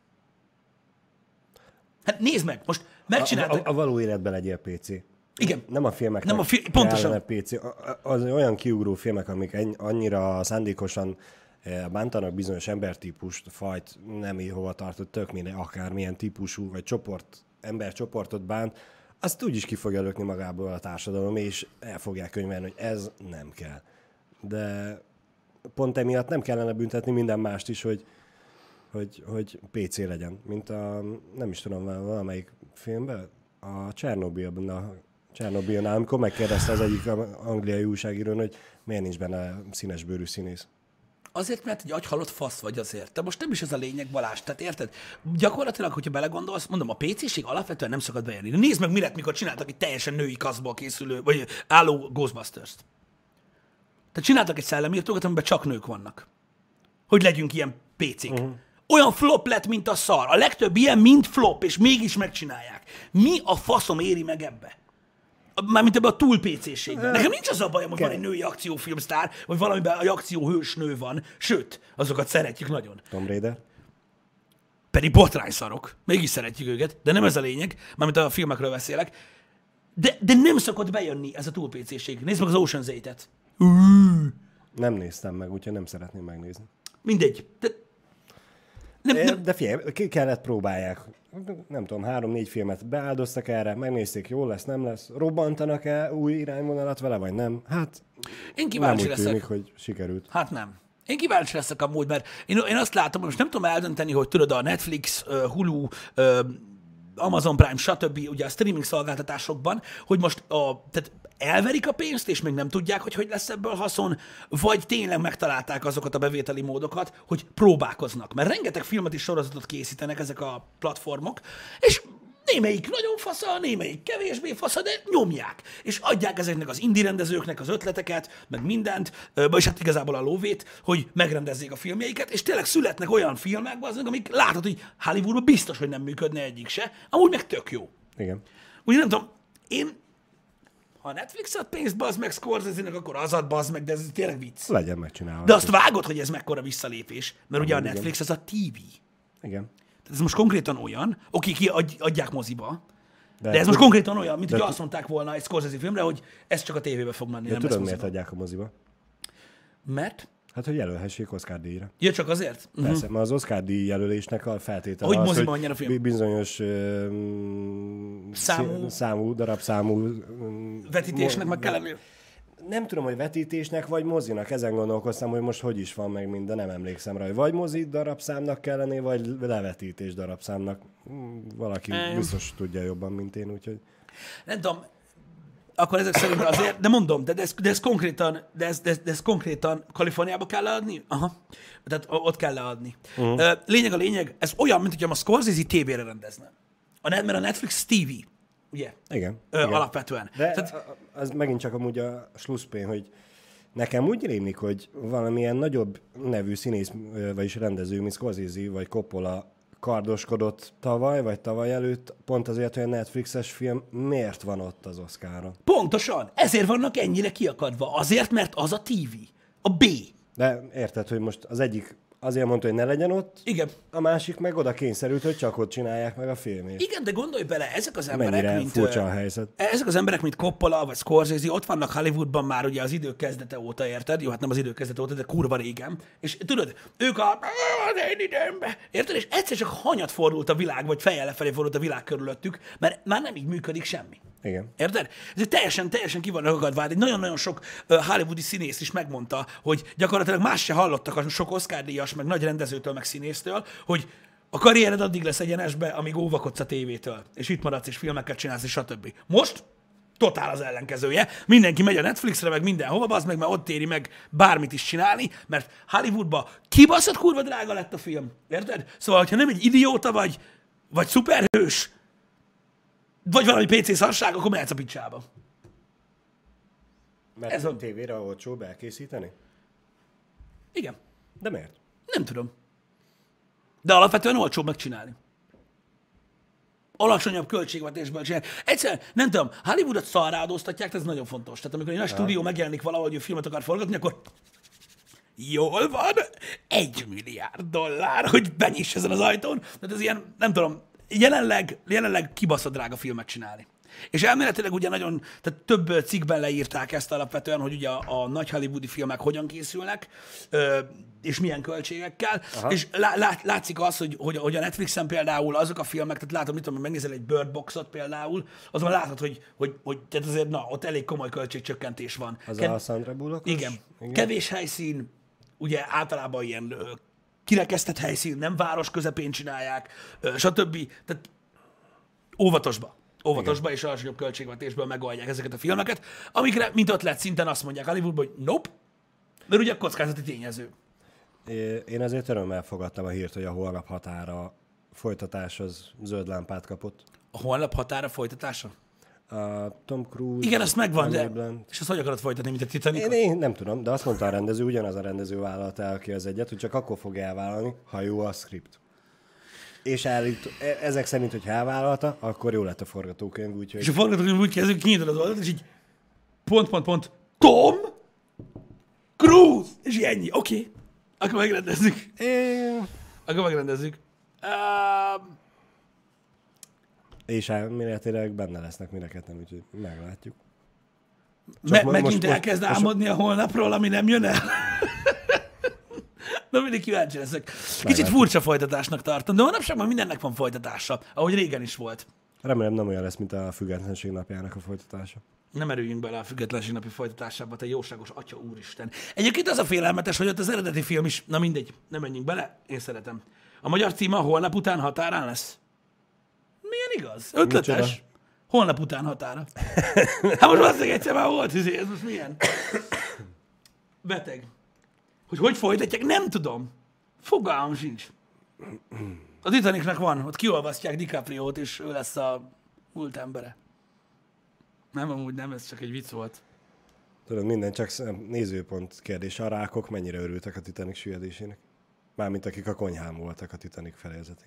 Hát nézd meg, most megcsináltak... A, a, a való életben legyél pé cé. Igen. Nem a filmek. Nem a fi- pontosan. pé cé. Az olyan kiugró filmek, amik ennyi, annyira szándékosan bántanak bizonyos embertípust, fajt, nem hova tartott, tök minden, akármilyen típusú, vagy csoport, embercsoportot bánt, azt úgyis ki fogja lökni magából a társadalom, és el fogják könyvelni, hogy ez nem kell. De pont emiatt nem kellene büntetni minden mást is, hogy, hogy, hogy pé cé legyen. Mint a, nem is tudom, valamelyik filmben, a Csernobilban, a Csernobilnál, amikor megkérdezte az egyik angliai újságírón, hogy miért nincs benne színesbőrű színész. Azért, mert egy agyhalott fasz vagy azért. De most nem is ez a lényeg, Balázs. Tehát érted? Gyakorlatilag, hogyha belegondolsz, mondom, a pé cé-ség alapvetően nem szokott bejönni. De nézd meg, mi lett, mikor csináltak egy teljesen női kaszból készülő, vagy álló Ghostbusters-t. Tehát csináltak egy szellemírtókat, amiben csak nők vannak. Hogy legyünk ilyen pé cé-k. Uh-huh. Olyan flop lett, mint a szar. A legtöbb ilyen mind flop, és mégis megcsinálják. Mi a faszom éri meg ebbe? Mármint ebben a túl pé cé-ségben. Nekem nincs az a bajom, hogy van egy női akciófilmsztár, vagy valamiben egy akcióhős nő van. Sőt, azokat szeretjük nagyon. Tomb Raider? Pedig botrányszarok. Mégis szeretjük őket, de nem ez a lényeg, mármint a filmekről beszélek. De, de nem szokott bejönni ez a túl pé cé-ség. Nézd meg az Ocean's Eight-et. Nem néztem meg, úgyhogy nem szeretném megnézni. Mindegy. De, nem, É, nem, de figyelj, ki kellett próbálják. Nem tudom, három-négy filmet beáldoztak erre, megnézték, jó lesz, nem lesz. Robbantanak-e új irányvonalat vele, vagy nem? Hát én nem kíváncsi úgy leszek. tűnik, hogy sikerült. Hát nem. Én kíváncsi leszek amúgy, mert én, én azt látom, most nem tudom eldönteni, hogy tudod, a Netflix, uh, Hulu, uh, Amazon Prime, stb. Ugye a streaming szolgáltatásokban, hogy most a, tehát elverik a pénzt, és még nem tudják, hogy hogy lesz ebből haszon, vagy tényleg megtalálták azokat a bevételi módokat, hogy próbálkoznak. Mert rengeteg filmet és sorozatot készítenek ezek a platformok, és némelyik nagyon fasza, némelyik kevésbé fasza, de nyomják. És adják ezeknek az indie rendezőknek az ötleteket, meg mindent, és hát igazából a lóvét, hogy megrendezzék a filmjeiket, és tényleg születnek olyan filmek, azok, amik látod, hogy Hollywoodban biztos, hogy nem működne egyik se, amúgy meg tök jó. Igen. Úgy nem tudom, én, ha a Netflix ad pénzt, bazd meg Scorsese-nek, akkor az ad, bazd meg, de ez tényleg vicc. Legyen megcsinálva. De azt vágod, hogy ez mekkora visszalépés, mert ugye a igen. Netflix az a té vé. Igen. Tehát ez most konkrétan olyan, oké, ki adj- adják moziba, de, De, de ez most konkrétan olyan, mint de hogy tu- azt mondták volna egy Scorsese filmre, hogy ez csak a tévébe fog menni, De nem tudod, lesz miért moziba. adják a moziba? Mert? Hát, hogy jelölhessék Oscar díjra. Ja, csak azért? Uh-huh. Persze, mert az Oscar díj jelölésnek a feltétele Hogy az, moziba hogy menjen a film. bi- bizonyos um, Számú- számú, darabszámú um, Vetítésnek mo- meg kell lenni. Nem tudom, hogy vetítésnek vagy mozinak. Ezen gondolkoztam, hogy most hogy is van meg mind, de nem emlékszem rá, hogy vagy mozi darabszámnak kell lenni, vagy levetítés darabszámnak. Hmm, Valaki Em. biztos tudja jobban, mint én, úgyhogy... Nem tudom, akkor ezek szerint azért, de mondom, de ez, de ez konkrétan, de ez, de ez, de ez konkrétan Kaliforniába kell leadni? Aha. Tehát o- ott kell leadni. Uh-huh. Lényeg a lényeg, ez olyan, mint hogyha a Scorsese tévére rendezne. A net, mert a Netflix té vé, ugye? Igen. Ö, igen. alapvetően. De Tehát, Tehát... az megint csak amúgy a slusszpén, hogy Nekem úgy rémlik, hogy valamilyen nagyobb nevű színész, vagyis rendező, mint Scorsese vagy Coppola kardoskodott tavaly, vagy tavaly előtt, pont azért, hogy a Netflixes film miért van ott az Oscaron. Pontosan. Ezért vannak ennyire kiakadva. Azért, mert az a té vé. A B. De érted, hogy most az egyik azért mondta, hogy ne legyen ott, Igen. a másik meg oda kényszerült, hogy csak ott csinálják meg a filmét. Igen, de gondolj bele, ezek az emberek, Mennyire mint... furcsa a ö, helyzet. Ezek az emberek, mint Coppola vagy Scorsese, ott vannak Hollywoodban már ugye az idők kezdete óta, érted? Jó, hát nem az idők kezdete óta, de kurva régen. És tudod, ők a... az én időmbe, érted? És egyszer csak hanyat fordult a világ, vagy fejjel lefelé fordult a világ körülöttük, mert már nem így működik semmi. Igen. Érted? Ez teljesen, teljesen ki van akadva. Egy nagyon-nagyon sok uh, hollywoodi színész is megmondta, hogy gyakorlatilag más se hallottak a sok Oscar-díjas, meg nagy rendezőtől, meg színésztől, hogy a karriered addig lesz egyenesbe, amíg óvakodsz a tévétől, és itt maradsz, és filmeket csinálsz, és stb. Most totál az ellenkezője. Mindenki megy a Netflixre, meg mindenhova, az meg, mert ott éri meg bármit is csinálni, mert Hollywoodba kibaszott kurva drága lett a film. Érted? Szóval, ha nem egy idióta vagy, vagy szuperhős, vagy valami pé cé szarság, akkor mehetsz a picsába. Mert Ez a a- tévére olcsóbb elkészíteni? Igen. De miért? Nem tudom. De alapvetően olcsóbb megcsinálni. Alacsonyabb költségvetésből csinálni. Egyszerűen, nem tudom, Hollywoodot szarrá adóztatják, ez nagyon fontos. Tehát amikor egy nagy stúdió megjelenik valahol, hogy ő filmet akar forgatni, akkor jól van, egy milliárd dollár, hogy benyiss ezen az ajtón. Tehát ez ilyen, nem tudom, jelenleg, jelenleg kibaszott drága filmet csinálni. És elméletileg ugye nagyon, tehát több cikkben leírták ezt alapvetően, hogy ugye a, a nagy hollywoodi filmek hogyan készülnek, ö, és milyen költségekkel, Aha. és lá, lát, látszik az, hogy, hogy, hogy a Netflixen például azok a filmek, tehát látom, mit tudom, megnézel egy Bird Boxot például, azon látod, hogy, hogy, hogy tehát azért, na, ott elég komoly költségcsökkentés van. Az Ke- a Sandra Bullockos? igen. igen. Kevés helyszín, ugye általában ilyen ö, kirekesztett helyszín, nem város közepén csinálják, ö, stb. Tehát óvatosba. Óvatosba és alacsonyabb költségvetésből megoldják ezeket a filmeket, amikre, mint ott lett szinten azt mondják Hollywoodban, hogy nope, mert ugye kockázati tényező. É- Én azért örömmel fogadtam a hírt, hogy a Holnap határa folytatás az zöld lámpát kapott. A holnap határa folytatása? A Tom Cruise... Igen, azt megvan, de... Emily Blunt. És azt hogy akarod folytatni, mint a Titanic? Én, én nem tudom, de azt mondta a rendező, ugyanaz a rendező vállalta el ki az egyet, hogy csak akkor fogja elvállalni, ha jó a script. És állít, e- ezek szerint, hogy elvállalta, akkor jó lett a forgatókönyv, úgyhogy... És a forgatókönyv úgy kezdődik, kinyitod az oldalt, és így pont, pont, pont, Tom Cruise! És így ennyi. Oké. Okay. Akkor megrendezzük. É... Akkor megrendezzük. Uh, És elméletileg benne lesznek mind a ketten, úgyhogy meglátjuk. me- mo- megint most- elkezd most- álmodni a holnapról, ami nem jön el. Na, mindig kíváncsi leszek. Kicsit furcsa folytatásnak tartom, de manapság már mindennek van folytatása, ahogy régen is volt. Remélem nem olyan lesz, mint a Függetlenség napjának a folytatása. Nem erüljünk bele a függetlenség napi folytatásába, te jóságos atya úristen. Egyébként az a félelmetes, hogy ott az eredeti film is, na mindegy, nem menjünk bele, én szeretem. A magyar címe a Holnap után határán lesz. Milyen igaz? Ötletes. Micsoda? Holnap után határa. Hát most valószínűleg egyszer már volt, izé, ez most milyen? Beteg. Hogy hogy folytatják, nem tudom. Fogalmam sincs. A Titanicnak van, ott kiolvasztják DiCaprio-t, és ő lesz a múlt embere. Nem, amúgy nem, ez csak egy vicc volt. Tudod, minden csak szem- nézőpont kérdés. A rákok mennyire örültek a Titanic süllyedésének? Mármint akik a konyhán voltak a Titanic felézetén.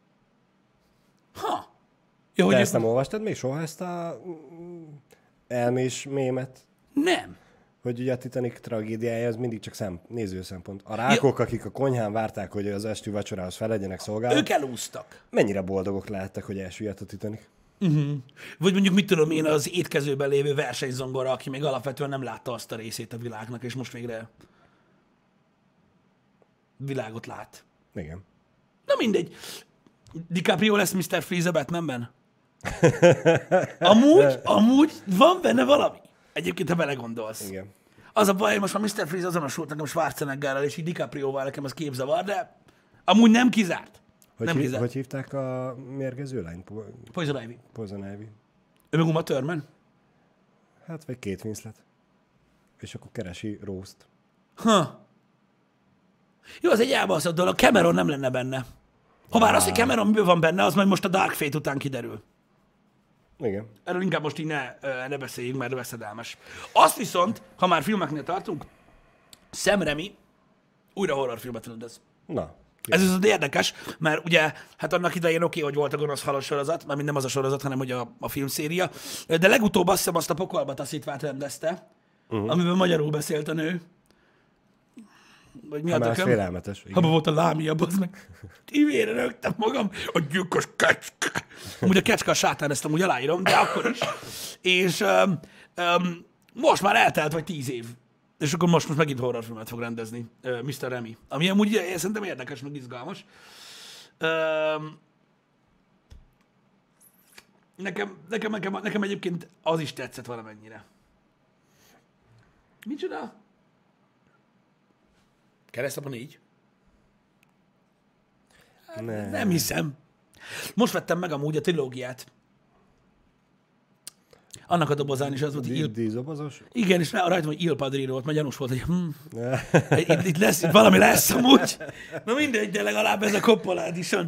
Ha! Jó, De hogy ezt nem olvastad még soha ezt a mm, elmés mémet? nem. Hogy ugye a Titanic tragédiája az mindig csak szem, néző szempont. A rákok, akik a konyhán várták, hogy az esti vacsorához fel legyenek szolgálva, Ők elúsztak. mennyire boldogok lehettek, hogy elsüllyedt a Titanic? Vagy mondjuk mit tudom én, az étkezőben lévő versenyzongora, aki még alapvetően nem látta azt a részét a világnak, és most végre világot lát. Igen. Na mindegy. DiCaprio lesz miszter Freeze a Batmanben? Amúgy, amúgy van benne valami. Egyébként, ha belegondolsz. Igen. Az a baj, hogy most már miszter Freeze azonosult nekem Schwarzeneggerrel, és így DiCaprioval nekem az képzavar, de amúgy nem kizárt. Hogy, nem hív, kizárt. hogy hívták a mérgező lányt? Po- Poison Ivy. Poison Ivy. Ő meg Uma Thurman? Hát, vagy két Winslet. És akkor keresi Rose-t. Ha. Jó, az egy elbaszott dolog. Cameron nem lenne benne. Habár az, hogy Cameron miből van benne, az majd most a Dark Fate után kiderül. Igen. Erről inkább most így ne, ö, ne beszéljünk, mert veszedelmes. Azt viszont, ha már filmeknél tartunk, Sam Raimi újra horrorfilmet rendez. Na. Ez az érdekes, mert ugye, hát annak idején oké, hogy volt a gonosz halos sorozat, mert nem az a sorozat, hanem hogy a, a filmszéria, de legutóbb azt hiszem azt a Pokolba taszítvát rendezte, uh-huh. amiben magyarul beszélt a nő. Vagy mi a Más tököm? félelmetes. Abba volt a lámia, bazd meg. Ivére rögtem magam, a gyilkos kecske. Amúgy a kecske a sátán, ezt amúgy aláírom, de akkor is. És um, um, most már eltelt vagy tíz év. És akkor most, most megint horrorfilmet fog rendezni uh, miszter Remy. Ami amúgy én szerintem érdekes, meg izgalmas. Um, nekem, nekem, nekem, nekem egyébként az is tetszett valamennyire. Micsoda? Keresztapon négy? Ne. Nem hiszem. Most vettem meg amúgy a trilógiát. Annak a dobozán is az volt, hogy Il... Dízdobozos? Igen, és rajtam, hogy Il Padrino volt, mert gyanús volt, hogy hm, itt, itt, lesz, itt valami lesz amúgy. Na mindegy, de legalább ez a Coppola Edition.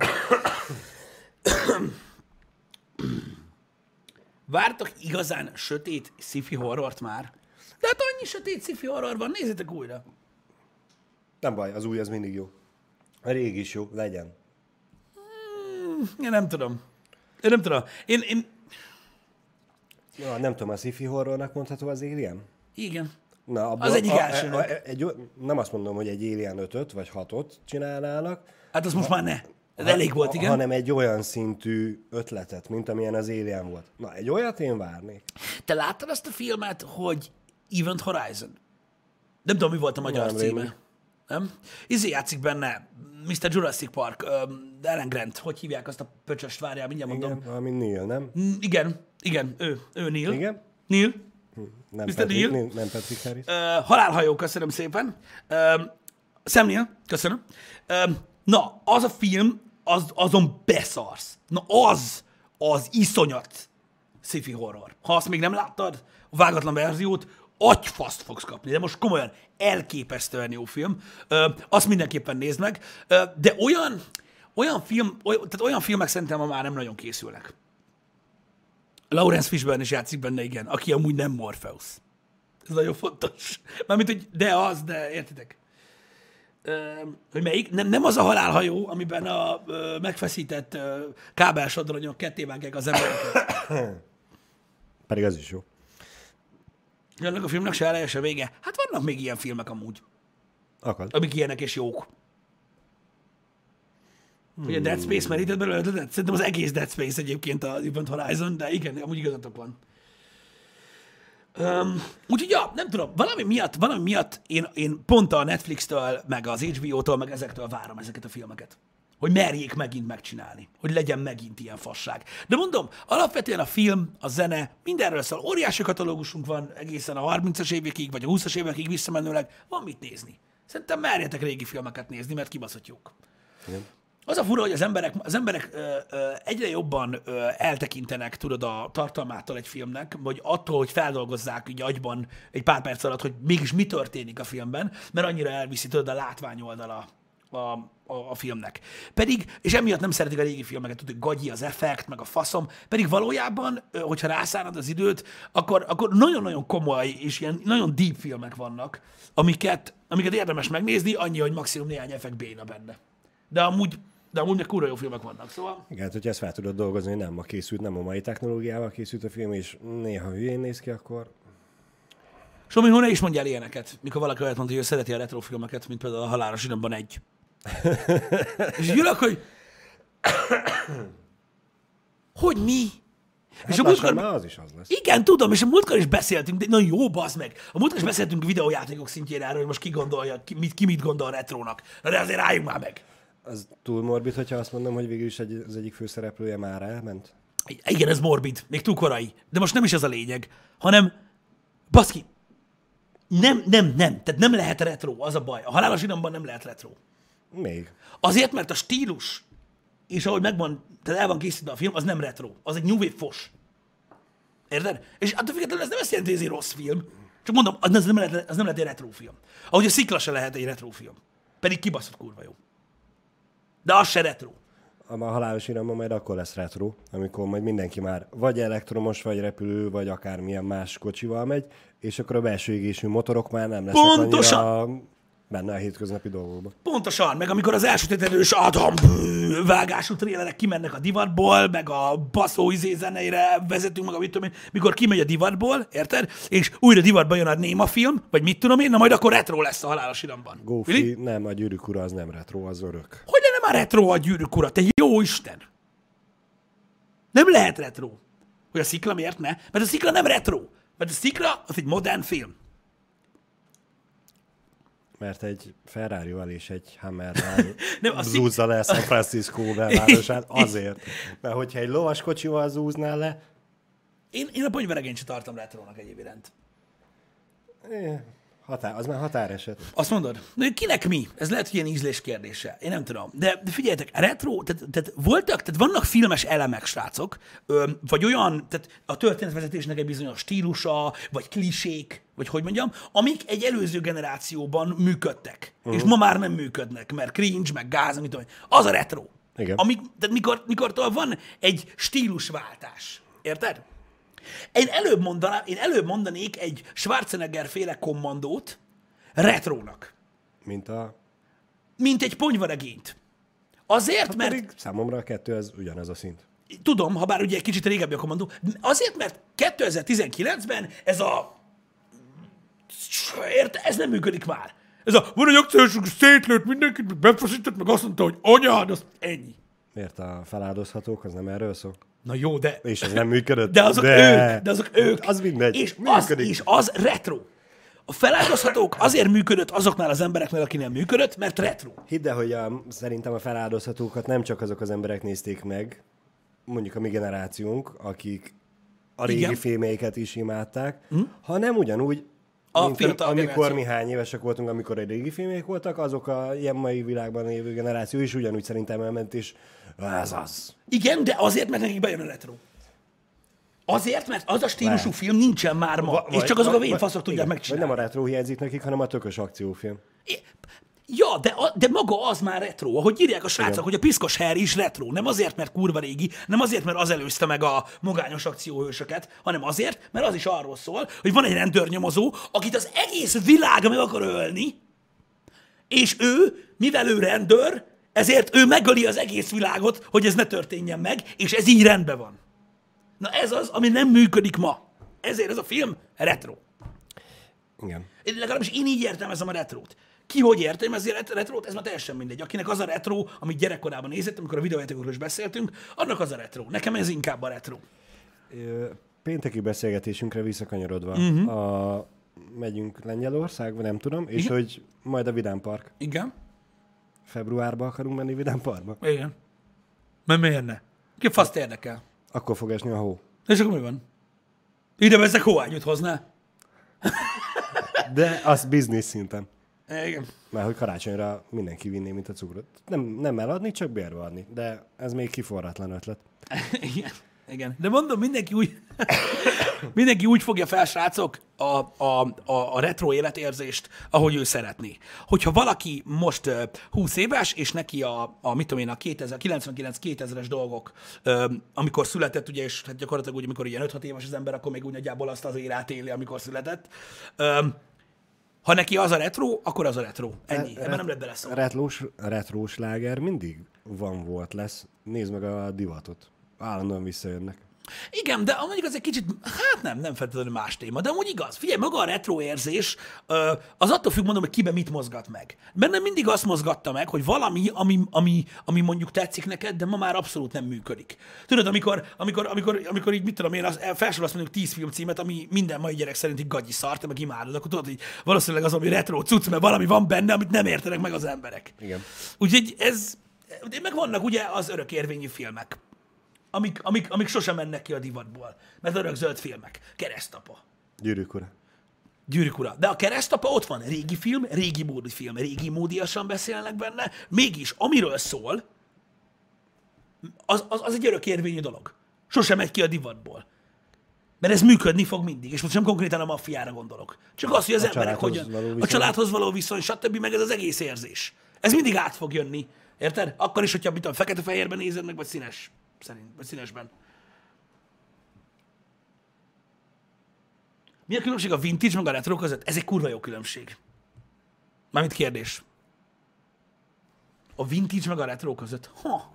Vártok igazán sötét sci-fi horrort már? De hát annyi sötét sci-fi horror van, nézzétek újra. Nem baj, az új az mindig jó. A régi is jó, legyen. Én nem tudom. Én nem tudom. Én, én... Na, nem tudom, a sci-fi horrornak mondható az Alien? Igen. Na, abból, Az egyik a, első. A, a, egy, nem azt mondom, hogy egy Alien ötöt vagy hatot csinálnának. Hát az most ha, már ne. Ez ha, elég volt, igen. Hanem egy olyan szintű ötletet, mint amilyen az Alien volt. Na, egy olyat én várnék. Te láttad azt a filmet, hogy Event Horizon? Nem tudom, mi volt a magyar nem címe. rémlik. Nem? Izé játszik benne, miszter Jurassic Park, um, Alan Grant, hogy hívják azt a pöcsöst, várjál, mindjárt mondom. Igen, valami Neil, nem? Mm, igen, igen, ő, ő Neil. Igen? Neil. Nem miszter Patrick, Neil. Neil, nem Patrick Harris. Uh, halálhajó, köszönöm szépen. Uh, Sam Neill, köszönöm. Uh, na, az a film, az, azon beszarsz. Na, az az iszonyat sci-fi horror. Ha azt még nem láttad, a vágatlan verziót, agyfaszt fogsz kapni. De most komolyan, elképesztően jó film. Uh, azt mindenképpen nézd meg. Uh, de olyan, olyan, film, olyan, tehát olyan filmek szerintem ma már nem nagyon készülnek. Lawrence Fishburne is játszik benne, igen, aki amúgy nem Morpheus. Ez nagyon fontos. Mármint, hogy de az, de értitek? Ö, hogy melyik? Nem, nem az a halálhajó, amiben a ö, megfeszített ö, kábelsodronyok ketté vágják az embereket. Pedig az is jó. Ennek a filmnek se eleje, se vége. Hát vannak még ilyen filmek amúgy, Akad. amik ilyenek és jók. Hogy a Dead Space merített belőle ötletet? Szerintem az egész Dead Space egyébként az Event Horizon, de igen, amúgy igazatok van. Um, úgyhogy ja, nem tudom, valami miatt, valami miatt én, én pont a Netflix-től, meg az há bé ó-tól, meg ezektől várom ezeket a filmeket. Hogy merjék megint megcsinálni. Hogy legyen megint ilyen fasság. De mondom, alapvetően a film, a zene, mindenről szól. Óriási katalógusunk van egészen a harmincas évekig, vagy a húszas évekig visszamenőleg. Van mit nézni. Szerintem merjetek régi filmeket nézni, mert kibaszott jók. Igen. Az a fura, hogy az emberek, az emberek ö, ö, egyre jobban ö, eltekintenek, tudod, a tartalmától egy filmnek, vagy attól, hogy feldolgozzák így agyban egy pár perc alatt, hogy mégis mi történik a filmben, mert annyira elviszi, tudod, a látvány oldala a, a, a filmnek. Pedig, és emiatt nem szeretik a régi filmeket, tudod, gagyi az effekt, meg a faszom, pedig valójában, ö, hogyha rászánod az időt, akkor, akkor nagyon-nagyon komoly és ilyen nagyon deep filmek vannak, amiket, amiket érdemes megnézni, annyi, hogy maximum néhány effekt béna benne. De amúgy De amúgy meg kurva jó filmek vannak, szóval... Igen, hát, hogyha ezt fel tudod dolgozni, hogy nem ma készült, nem a mai technológiával készült a film, és néha hülyén néz ki, akkor... Somi, ne is mondjál ilyeneket, mikor valaki olyat mondta, hogy ő szereti a retrofilmeket, mint például a Halálos Iramban egy. És így ülök, hogy... hogy mi? Hát és a múltkor... már az is az lesz. Igen, tudom, és a múltkor is beszéltünk, de na jó, bazd meg. A múltkor is beszéltünk videójátékok szintjén erről, hogy most ki gondolja, ki mit, ki mit gondol retrónak. Na de azért álljunk már meg. Az túl morbid, hogyha azt mondom, hogy végül is egy, az egyik főszereplője már elment? Igen, ez morbid, még túl korai. De most nem is ez a lényeg, hanem, baszki, nem, nem, nem, tehát nem lehet retro, az a baj. A Halálos Iramban nem lehet retro. Még. Azért, mert a stílus, és ahogy megvan, tehát el van készítve a film, az nem retro, az egy new wave fos. Érted? És attól függetlenül ez nem azt jelenti, hogy ez egy rossz film. Csak mondom, az nem lehet, az nem lehet egy retro film. Ahogy a Szikla se lehet egy retro film. Pedig kibaszott kurva jó. De az se retro. a halálos iramban majd akkor lesz retro, amikor majd mindenki már vagy elektromos, vagy repülő, vagy akármilyen más kocsival megy, és akkor a belső égésű motorok már nem lesznek Pontosan. annyira benne a hétköznapi dolgokban. Pontosan, meg amikor az elsötétedős Adam vágású trélerek kimennek a divatból, meg a baszó izé zeneire vezetünk, meg a mit tudom én, mikor kimegy a divatból, érted? És újra divatba jön a néma film, vagy mit tudom én, na majd akkor retro lesz a halálos iramban. Gófi, nem, a Gyűrűk ura az nem retro, az örök. Hogy lenne már retro a Gyűrűk ura? Te jó Isten! Nem lehet retro. Hogy a Szikla miért ne? Mert a Szikla nem retro. Mert a Szikla az egy modern film. Mert egy Ferrari-val és egy Hammerrel Nem, a zúzza le San Francisco belvárosát azért. Mert hogyha egy lovas kocsival zúznál le, Én, én a ponyveregényt sem tartom retrónak egyéb iránt. eh, határ, az már határeset. Azt mondod? De kinek mi? Ez lehet, hogy ilyen ízlés kérdése. Én nem tudom. De, de figyeljetek, retro, tehát, tehát voltak, tehát vannak filmes elemek, srácok, ö, vagy olyan, tehát a történetvezetésnek egy bizonyos stílusa, vagy klisék, vagy hogy mondjam, amik egy előző generációban működtek. Uh-huh. És ma már nem működnek, mert cringe, meg gáz, amit tudom. Az a retro. Igen. Amik, tehát mikor, mikor van egy stílusváltás. Érted? Én előbb, mondanám, én előbb mondanék egy Schwarzenegger-féle kommandót retrónak, Mint a... mint egy ponyvaregényt. Azért, Hát mert pedig számomra a kettő ez ugyanaz a szint. tudom, ha bár ugye egy kicsit régebbi a kommandó, azért, mert kétezer-tizenkilencben ez a... Érte, ez nem működik már. Ez a, van egy akciósunk, szétlőtt mindenkit, meg befaszított, meg azt mondta, hogy anyád, az ennyi. Miért a feláldozhatók, az nem erről szól? Na jó, de... És ez nem működött? De azok de... ők, de azok ők. Az mindegy, És az, működik. és az retro. A feláldozhatók azért működött azoknál az embereknél, aki nem működött, mert retro. Hidd el, hogy a, szerintem a feláldozhatókat nem csak azok az emberek nézték meg, mondjuk a mi generációnk, akik a régi Igen. filmjeiket is imádták, hm? hanem ugyanúgy, A mint fiatal amikor generáció. mi hány évesek voltunk, amikor a régi filmek voltak, azok a ilyen mai világban lévő generáció is ugyanúgy szerintem elment, és ez az. Igen, de azért, mert nekik bejön a retro. Azért, mert az a stílusú Lehet. film nincsen már ma, Va- és vagy- csak azok a vagy- vénfaszok tudják igen, megcsinálni. Vagy nem a retro hiányzik nekik, hanem a tökös akciófilm. Ja, de, a, de maga az már retro. Ahogy írják a srácok, igen. hogy a Piszkos Harry is retro. Nem azért, mert kurva régi, nem azért, mert az előzte meg a magányos akcióhősöket, hanem azért, mert az is arról szól, hogy van egy rendőrnyomozó, akit az egész világ meg akar ölni, és ő, mivel ő rendőr, ezért ő megöli az egész világot, hogy ez ne történjen meg, és ez így rendben van. Na ez az, ami nem működik ma. Ezért ez a film retro. Igen. Én, legalábbis én így értelmezem a retrót. Ki hogy értem ezért a retrót, ez már teljesen mindegy. Akinek az a retro, amit gyerekkorában nézett, amikor a videójátékokról is beszéltünk, annak az a retro. Nekem ez inkább a retro. Ö, Pénteki beszélgetésünkre visszakanyarodva, Mhm. uh-huh. a, megyünk Lengyelországba, nem tudom, és Igen. hogy majd a Vidám Park. Igen? Februárba akarunk menni Vidám Parkba? Igen. Mert miért ne? Ki faszt érdekel? Akkor fog esni a hó. És akkor mi van? Ide veszek hóágyút hozzá? De az biznisz szinten. Igen. Mert hogy karácsonyra mindenki vinné, mint a cukrot. Nem, nem eladni, csak bérbe adni. De ez még kiforratlan ötlet. Igen. Igen. De mondom, mindenki úgy, mindenki úgy fogja fel, srácok, a, a, a, a retro életérzést, ahogy ő szeretné. Hogyha valaki most uh, húsz éves, és neki a, a mit tudom én, a kilencvenkilenc kétezres dolgok, um, amikor született, ugye, és hát gyakorlatilag úgy, amikor ilyen öt-hat éves az ember, akkor még úgy nagyjából azt az élet éli, amikor született. Um, ha neki az a retro, akkor az a retro. Ennyi. Ebben nem lehet beleszólni. Retrós, retrós láger mindig van, volt, lesz. Nézd meg a divatot. Állandóan visszajönnek. Igen, de mondjuk az egy kicsit, hát nem, nem feltétlenül más téma, de amúgy igaz. Figyelj, maga a retro érzés, az attól függ, mondom, hogy kiben mit mozgat meg. Bennem mindig azt mozgatta meg, hogy valami, ami, ami, ami mondjuk tetszik neked, de ma már abszolút nem működik. Tudod, amikor, amikor, amikor, amikor így mit tudom én, felsorolsz mondjuk tíz filmcímet, ami minden mai gyerek szerint így gagyi szar, te meg imádod, akkor tudod, hogy valószínűleg az, ami retro cucc, mert valami van benne, amit nem értenek meg az emberek. Igen. Úgyhogy ez, de meg vannak ugye az örökérvényű filmek. Amik, amik, amik sosem mennek ki a divatból. Mert örökzöld filmek. Keresztapa. Gyűrűk ura. Gyűrűk ura. De a Keresztapa ott van. Régi film, régi módi film. Régi módiasan beszélnek benne. Mégis, amiről szól, az, az, az egy örökérvényű dolog. Sosem megy ki a divatból. Mert ez működni fog mindig. És most sem konkrétan a maffiára gondolok. Csak az, hogy az A emberek családhoz hogyan... való A viszony. családhoz való viszony, stb. Meg ez az egész érzés. Ez mindig át fog jönni Érted? Akkor is, hogyha mit tudom, fekete-fehérben nézed meg, vagy színes. Szerint, vagy színesben. Mi a különbség a vintage meg a retro között? Ez egy kurva jó különbség. Mármint kérdés. A vintage meg a retro között. Ha.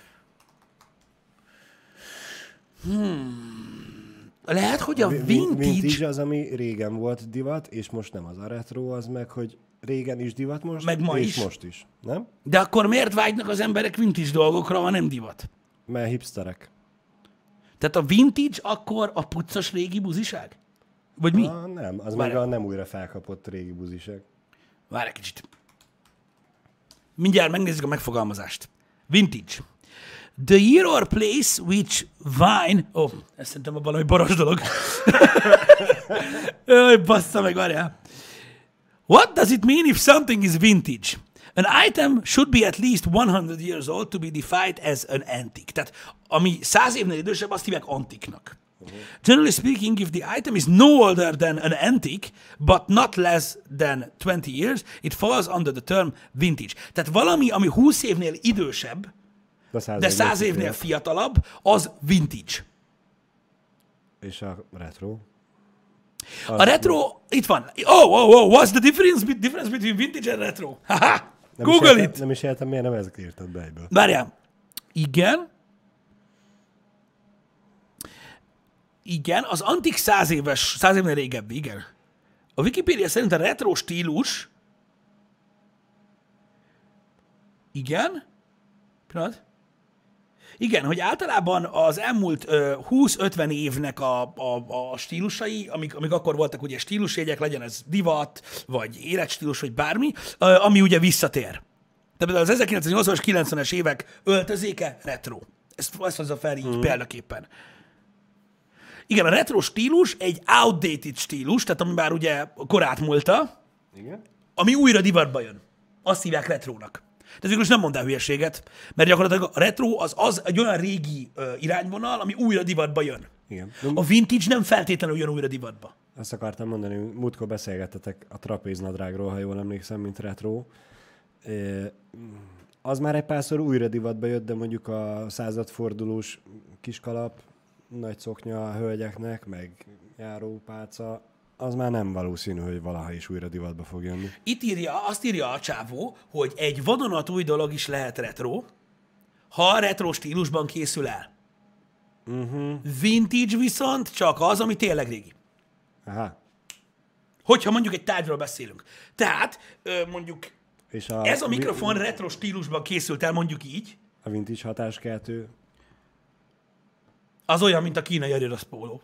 Hmm. Lehet, hogy a vintage... Vintage az, ami régen volt divat, és most nem az. A retro az meg, hogy régen is divat most, meg ma és is. most is. Nem? De akkor miért vágynak az emberek vintage dolgokra, ha nem divat? Mert hipsterek. Tehát a vintage akkor a puccos régi buziság? Vagy mi? Ah, nem, az Várj. meg a nem újra felkapott régi buziság. Várj egy kicsit. Mindjárt megnézzük a megfogalmazást. Vintage. The year or place which wine... Ó, oh, ezt szerintem valami baros dolog. Jaj, bassza meg, várjál. What does it mean if something is vintage? An item should be at least one hundred years old to be defined as an antique. Tehát ami száz évnél idősebb, azt hívják antiknak. Uh-huh. Generally speaking, if the item is no older than an antique, but not less than twenty years, it falls under the term vintage. Tehát valami, ami húsz évnél idősebb, de száz, de száz évnél év. fiatalabb, az vintage. És a retro? Az a retro, itt van. Oh, oh, oh, what's the difference, difference between vintage and retro? Haha, Google értem, it! Nem is értem, miért nem ezeket írtad be egyből. Várjál. Igen. Igen, az antik száz éves, száz évnél régebbi, igen. A Wikipédia szerint a retro stílus, igen, pillanat. Igen, hogy általában az elmúlt uh, húsz-ötven évnek a, a, a stílusai, amik, amik akkor voltak ugye stílusjegyek, legyen ez divat, vagy életstílus, vagy bármi, uh, ami ugye visszatér. Tehát az ezerkilencszáznyolcvanas, kilencvenes évek öltözéke retro. Ezt, ezt hozza fel így mm. példaképpen. Igen, a retro stílus egy outdated stílus, tehát ami már ugye korát múlta, igen. Ami újra divatba jön. Azt hívják retrónak. De végül is nem mondál hülyeséget, mert gyakorlatilag a retro az, az egy olyan régi ö, irányvonal, ami újra divatba jön. Igen. A vintage nem feltétlenül jön újra divatba. Ezt akartam mondani, múltkor beszélgettetek a trapéznadrágról, ha jól emlékszem, mint retro. Az már egy párszor újra divatba jött, de mondjuk a századfordulós kiskalap, nagy szoknya a hölgyeknek, meg járópálca, az már nem valószínű, hogy valaha is újra divatba fog jönni. Itt írja, azt írja a csávó, hogy egy vadonatúj dolog is lehet retro, ha a retro stílusban készül el. Uh-huh. Vintage viszont csak az, ami tényleg régi. Aha. Hogyha mondjuk egy tárgyról beszélünk. Tehát mondjuk és a, ez a mikrofon retro stílusban készült el, mondjuk így. A vintage hatáskeltő. Az olyan, mint a kínai Adidas póló.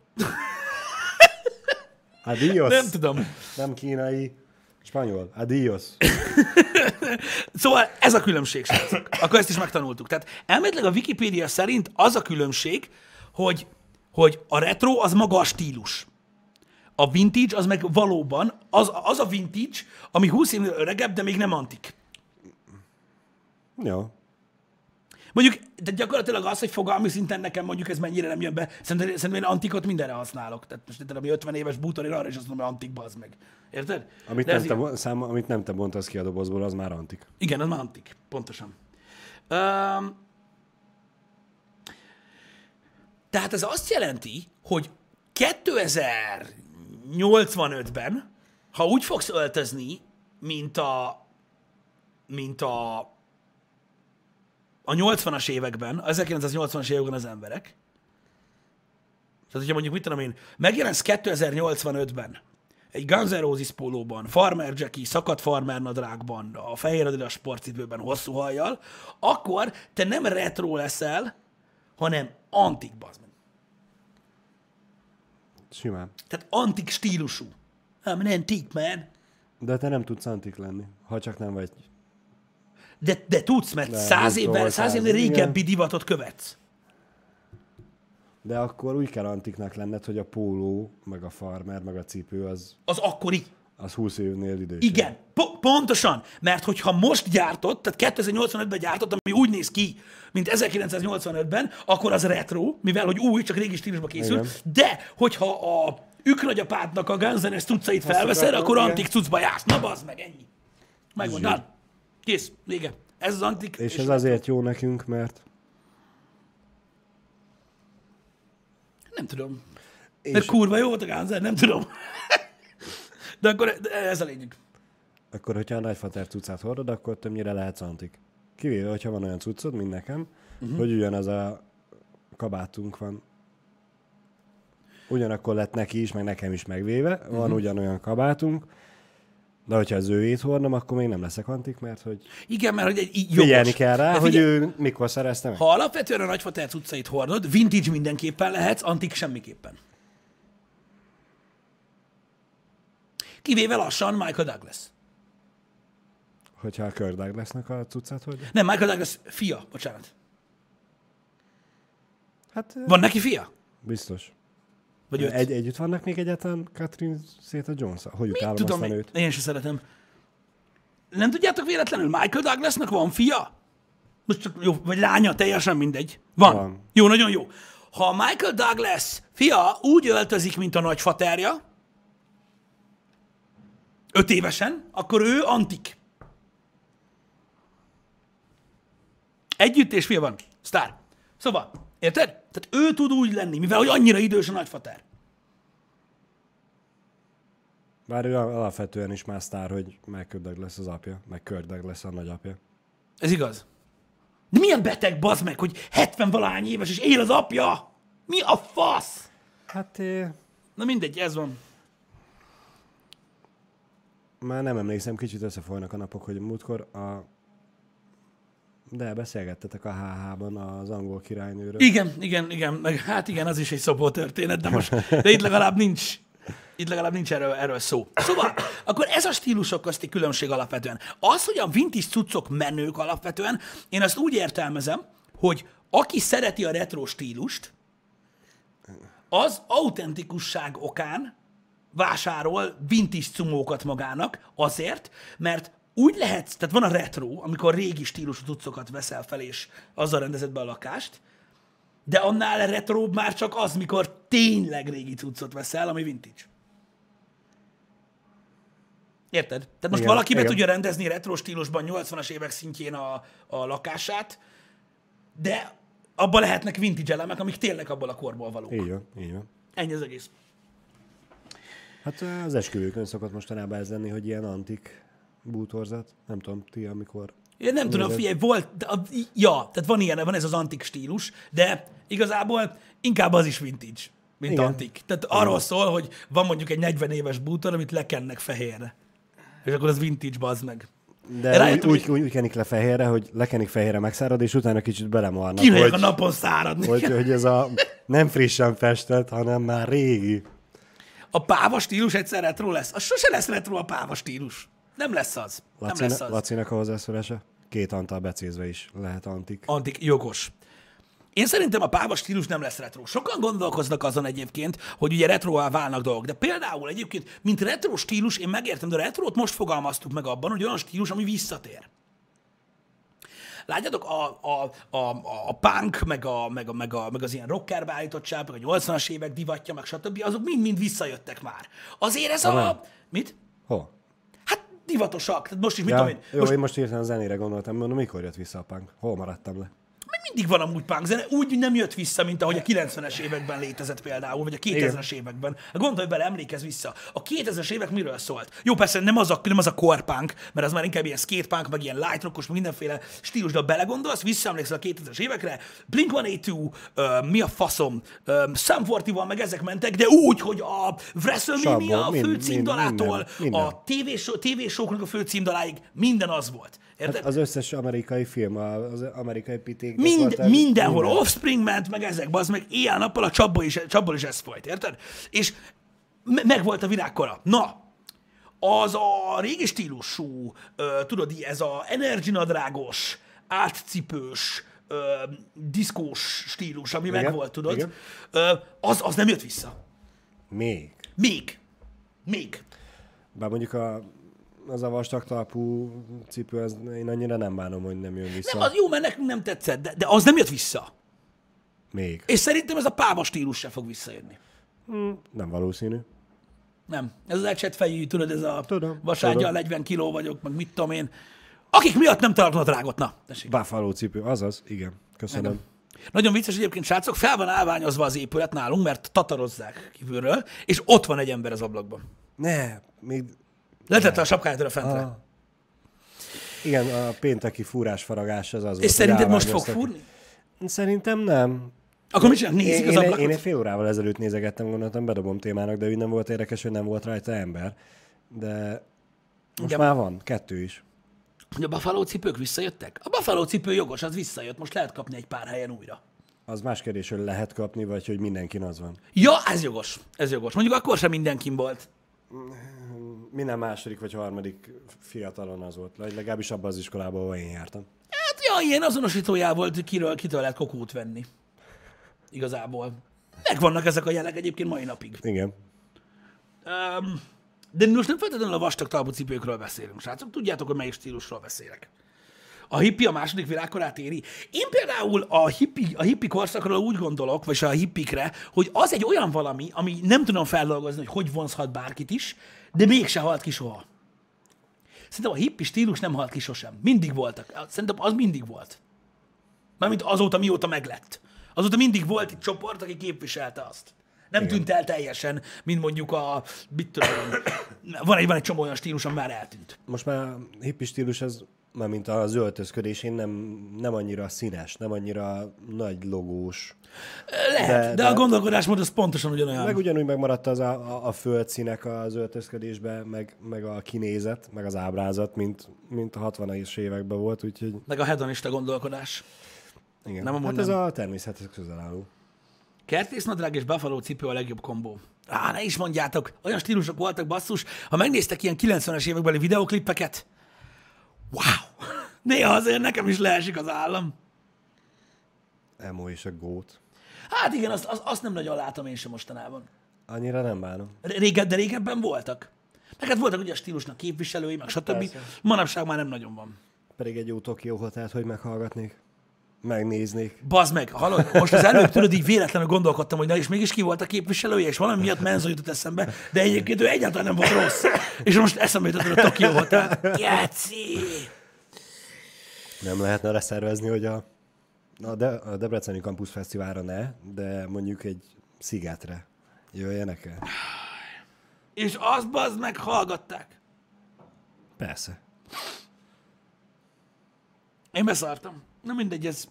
Adios. Nem tudom. Nem kínai, spanyol. Adios. Szóval ez a különbség, srácok. Akkor ezt is megtanultuk. Tehát elméletileg a Wikipédia szerint az a különbség, hogy, hogy a retro az maga a stílus. A vintage az meg valóban az, az a vintage, ami húsz évnél öregebb, de még nem antik. Jó. Mondjuk, de gyakorlatilag az, hogy fogalmi szinten nekem mondjuk ez mennyire nem jön be. Szerintem, szerintem én antikot mindenre használok. Tehát most érted, ami ötven éves bútor, én arra is azt mondom, hogy antik, bazd meg. Érted? Amit nem, te, szám, amit nem te bontasz ki a dobozból, az már antik. Igen, az már antik. Pontosan. Um, tehát ez azt jelenti, hogy kétezer-nyolcvanötben, ha úgy fogsz öltözni, mint a mint a a nyolcvanas években, az ezerkilencszáznyolcvanas években az emberek. Tehát, hogyha mondjuk, mit tudom én, megjelensz kétezer-nyolcvanötben egy Guns N' Roses pólóban, farmer Jackie, szakadt farmer nadrágban, a fehér Adidas sportcipőben, hosszú hajjal, akkor te nem retro leszel, hanem antik, bazd meg. Simán. Tehát antik stílusú. I'm an antique, man. De te nem tudsz antik lenni, ha csak nem vagy. De, de tudsz, mert száz évvel, száz évnél régebbi divatot követsz. De akkor úgy kell antiknak lenned, hogy a póló, meg a farmer, meg a cipő az... Az akkori. Az húsz évnél idősebb. Igen, po- pontosan. Mert hogyha most gyártott, tehát kétezer-nyolcvanötben gyártott, ami úgy néz ki, mint ezerkilencszáznyolcvanötben, akkor az retro, mivel hogy új, csak régi stílusba készült. Igen. De hogyha a ükrnagyapádnak a Guns N' Roses cuccait felveszed, akkor antik cuccba jársz. Na bazd meg, ennyi. Megmondál. Kész, vége. Ez az antik... És, és ez azért jó nekünk, mert... Nem tudom. És... Mert kurva jó volt a Gánzer, nem tudom. De akkor ez a lényeg. Akkor, hogyha a nagyfater cuccát hordod, akkor többnyire lehetsz antik. Kivéve, hogyha van olyan cuccod, mint nekem, uh-huh. hogy ugyanaz a kabátunk van. Ugyanakkor lett neki is, meg nekem is megvéve. Van uh-huh. ugyanolyan kabátunk, de hogyha az őjét hordom, akkor még nem leszek antik, mert hogy... Igen, mert hogy egy jogos. Figyelni kell rá, de hogy figyelj, ő mikor szerezte meg. Ha alapvetően a nagyfater cuccait hordod, vintage mindenképpen lehetsz, antik semmiképpen. Kivéve lassan Michael Douglas. Hogyha a Kirk Douglasnak a cuccát hordja? Nem, Michael Douglas fia, bocsánat. Hát... Van neki fia? Biztos. Vagy öt? Egy, együtt vannak még egyáltalán Catherine Zeta-Jones-szal? Hogy utálom tudom, aztán őt? Én sem szeretem. Nem tudjátok véletlenül, Michael Douglasnak van fia? Most csak jó, vagy lánya, teljesen mindegy. Van. Van. Jó, nagyon jó. Ha Michael Douglas fia úgy öltözik, mint a nagyfaterja, öt évesen, akkor ő antik. Együtt és fia van. Sztár. Szóval, érted? Tehát ő tud úgy lenni, mivel hogy annyira idős a nagyfater. Bár ő alapvetően is már sztár, hogy Michael Douglas az apja, meg Kirk Douglas a nagyapja. Ez igaz. De milyen beteg, bazd meg, hogy hetven-valahány éves, és él az apja? Mi a fasz? Hát... É... Na mindegy, ez van. Már nem emlékszem, kicsit összefolynak a napok, hogy múltkor a... De beszélgettetek a há há-ban az angol királynőről. Igen, igen, igen. Meg, hát igen, az is egy szopó történet, de most de itt legalább nincs. Itt legalább nincs erről, erről szó. Szóval, akkor ez a stílusok közti különbség alapvetően. Az, hogy a vintage cuccok menők alapvetően, én azt úgy értelmezem, hogy aki szereti a retro stílust, az autentikusság okán vásárol vintage cumókat magának azért, mert úgy lehetsz, tehát van a retro, amikor régi stílusú cuccokat veszel fel, és azzal rendezed be a lakást, de annál retróbb már csak az, mikor tényleg régi cuccot veszel, ami vintage. Érted? Tehát most igen, valaki be igen. tudja rendezni retro stílusban nyolcvanas évek szintjén a, a lakását, de abban lehetnek vintage elemek, amik tényleg abból a korból valók. Így van, így van. Ennyi az egész. Hát az esküvőkön szokott mostanában ez lenni, hogy ilyen antik bútorzat. Nem tudom, ti amikor... Én nem tudom, figyelj, volt, de a, ja, tehát van ilyen, van ez az antik stílus, de igazából inkább az is vintage, mint igen. antik. Tehát arról szól, hogy van mondjuk egy negyven éves bútor, amit lekennek fehérre. És akkor az vintage, bazd meg. De Rájöttem, úgy, úgy, úgy kenik le fehérre, hogy lekenik fehérre, megszárad, és utána kicsit belemarnak. Kinek a napon száradni. Hogy, hogy ez a nem frissen festett, hanem már régi. A páva stílus egyszer retro lesz. Az sose lesz retro a páva stílus. Nem lesz az. Laci, nem lesz az. Lacinak a hozzászólása? Két Antal becézve is lehet antik. Antik, jogos. Én szerintem a páva stílus nem lesz retro. Sokan gondolkoznak azon egyébként, hogy ugye retroá válnak dolgok. De például egyébként, mint retro stílus, én megértem, de a retrót most fogalmaztuk meg abban, hogy olyan stílus, ami visszatér. Látjátok, a, a, a, a punk, meg, a, meg, a, meg, a, meg az ilyen rocker beállítottság, meg a nyolcvanas évek divatja, meg stb., azok mind-mind visszajöttek már. Azért ez ha, a... Nem. Mit? Hol? Hát divatosak. Tehát most is, mit Ja, tudom én. jó, Most én most írtam a zenére gondoltam, mondom, mikor jött vissza a punk? Hol maradtam le? mindig van amúgy punk zene, úgy nem jött vissza, mint ahogy a kilencvenes években létezett például, vagy a kétezres években. Gondolj bele, emlékezz vissza. A kétezres évek miről szólt? Jó, persze nem az a, nem az a core punk, mert az már inkább ilyen skate punk, meg ilyen light rockos, meg mindenféle stílus, de ha belegondolsz, visszaemlékszel a kétezres évekre, Blink száznyolcvankettő, uh, mi a faszom, uh, Sum negyvenegy, meg ezek mentek, de úgy, hogy a WrestleMania a főcímdalától, a tévésóknak a főcímdaláig minden az volt. Érted? Hát az összes amerikai film, az amerikai piték. Mind, mindenhol minden. Offspring ment, meg ezek, az meg éjjel-nappal a csapból is, csapból is ez folyt, érted? És me- meg volt a virágkora. Na, az a régi stílusú, ö, tudod, ez a energy nadrágos, átcipős, ö, diszkós stílus, ami meg volt, tudod, ö, az, az nem jött vissza. Még. Még. Még. Bár mondjuk a az a vastag talpú cipő, az, én annyira nem bánom, hogy nem jön vissza. Nem, az jó, mert nekünk nem tetszett, de, de az nem jött vissza. Még. És szerintem ez a páva stílus sem fog visszajönni. Hmm, nem valószínű. Nem. Ez az ecset fejű, tudod, ez a tudom, vasárgyal tudom. negyven kiló vagyok, meg mit tudom én. Akik miatt nem találtam a drágot. Na, tessék. Buffalo cipő, azaz, igen. Köszönöm. Engem. Nagyon vicces egyébként, srácok, fel van állványozva az épület nálunk, mert tatarozzák kívülről, és ott van egy ember az ablakban. Ne, még... Letette a sapkáját a fentre. Ah. Igen, a pénteki fúrásfaragás az az volt. És szerinted hogy most fog elvágoztak. fúrni? Szerintem nem. Akkor mit csinálnak? Nézik Én, az én, ablakot? én egy fél órával ezelőtt nézegettem, gondoltam, bedobom témának, de úgy nem volt érdekes, hogy nem volt rajta ember. De most Igen. már van, kettő is. Hogy a Buffalo cipők visszajöttek? A Buffalo cipő jogos, az visszajött, most lehet kapni egy pár helyen újra. Az más kérdés, hogy lehet kapni, vagy hogy mindenkin az van. Ja, ez jogos, ez jogos. Mondjuk akkor sem mindenkin volt. Minden második vagy harmadik fiatalon az volt, vagy legalábbis abban az iskolában, ahol én jártam. Hát ja, ilyen azonosítójával volt, hogy kiről, kitől lehet kokót venni. Igazából. Megvannak ezek a jelek egyébként mai napig. Igen. Um, de most nem feltétlenül a vastag talpú cipőkről beszélünk, srácok. Tudjátok, hogy melyik stílusról beszélek. A hippi a második világkorát éri. Én például a hippi, a hippi korszakról úgy gondolok, vagy a hippikre, hogy az egy olyan valami, ami nem tudom feldolgozni, hogy hogy vonzhat bárkit is, de mégse halt ki soha. Szerintem a hippi stílus nem halt ki sosem. Mindig voltak. Szerintem az mindig volt. Mármint azóta, mióta meglett. Azóta mindig volt egy csoport, aki képviselte azt. Nem Igen. tűnt el teljesen, mint mondjuk a... Mit tudom, van, egy, van egy csomó olyan stílus, ami már eltűnt. Most már hippi stílus az, már mint az öltözködés, én nem, nem annyira színes, nem annyira nagy logós. Lehet, de, de, de a gondolkodásmód az pontosan ugyanolyan. Meg ugyanúgy megmaradt az a, a, a földszínek az öltözködésben, meg, meg a kinézet, meg az ábrázat, mint, mint a hatvanas években volt, úgyhogy... Meg a hedonista gondolkodás. Igen. Nem, hát nem. ez a természethez közel álló. Kertésznadrág és Buffalo cipő a legjobb kombó. Á, ne is mondjátok, olyan stílusok voltak, basszus, ha megnéztek ilyen kilencvenes évekbeli videoklippeket, wow! Néha azért nekem is leesik az állam. Emo és a gót. Hát igen, azt, azt, azt nem nagyon látom én sem mostanában. Annyira nem bánom. Régen, de régebben voltak. Meg hát voltak ugye a stílusnak képviselői, meg stb. Persze. Manapság már nem nagyon van. Pedig egy jó Tokió Hotelt, hogy meghallgatnék. Megnéznék. Bazd meg, hallod? Most az előbb tudod, így véletlenül gondolkodtam, hogy na és mégis ki volt a képviselője, és valami miatt Menzo jutott eszembe, de egyébként ő egyáltalán nem volt rossz. És most eszembe jutott a Tokyo Hotel. Geci! Nem lehetne arra szervezni, hogy a, a, De, a Debreceni Campus Fesztiválra ne, de mondjuk egy szigetre jöjjenek el. És azt bazd meg hallgatták. Persze. Én beszartam. Na mindegy, ez,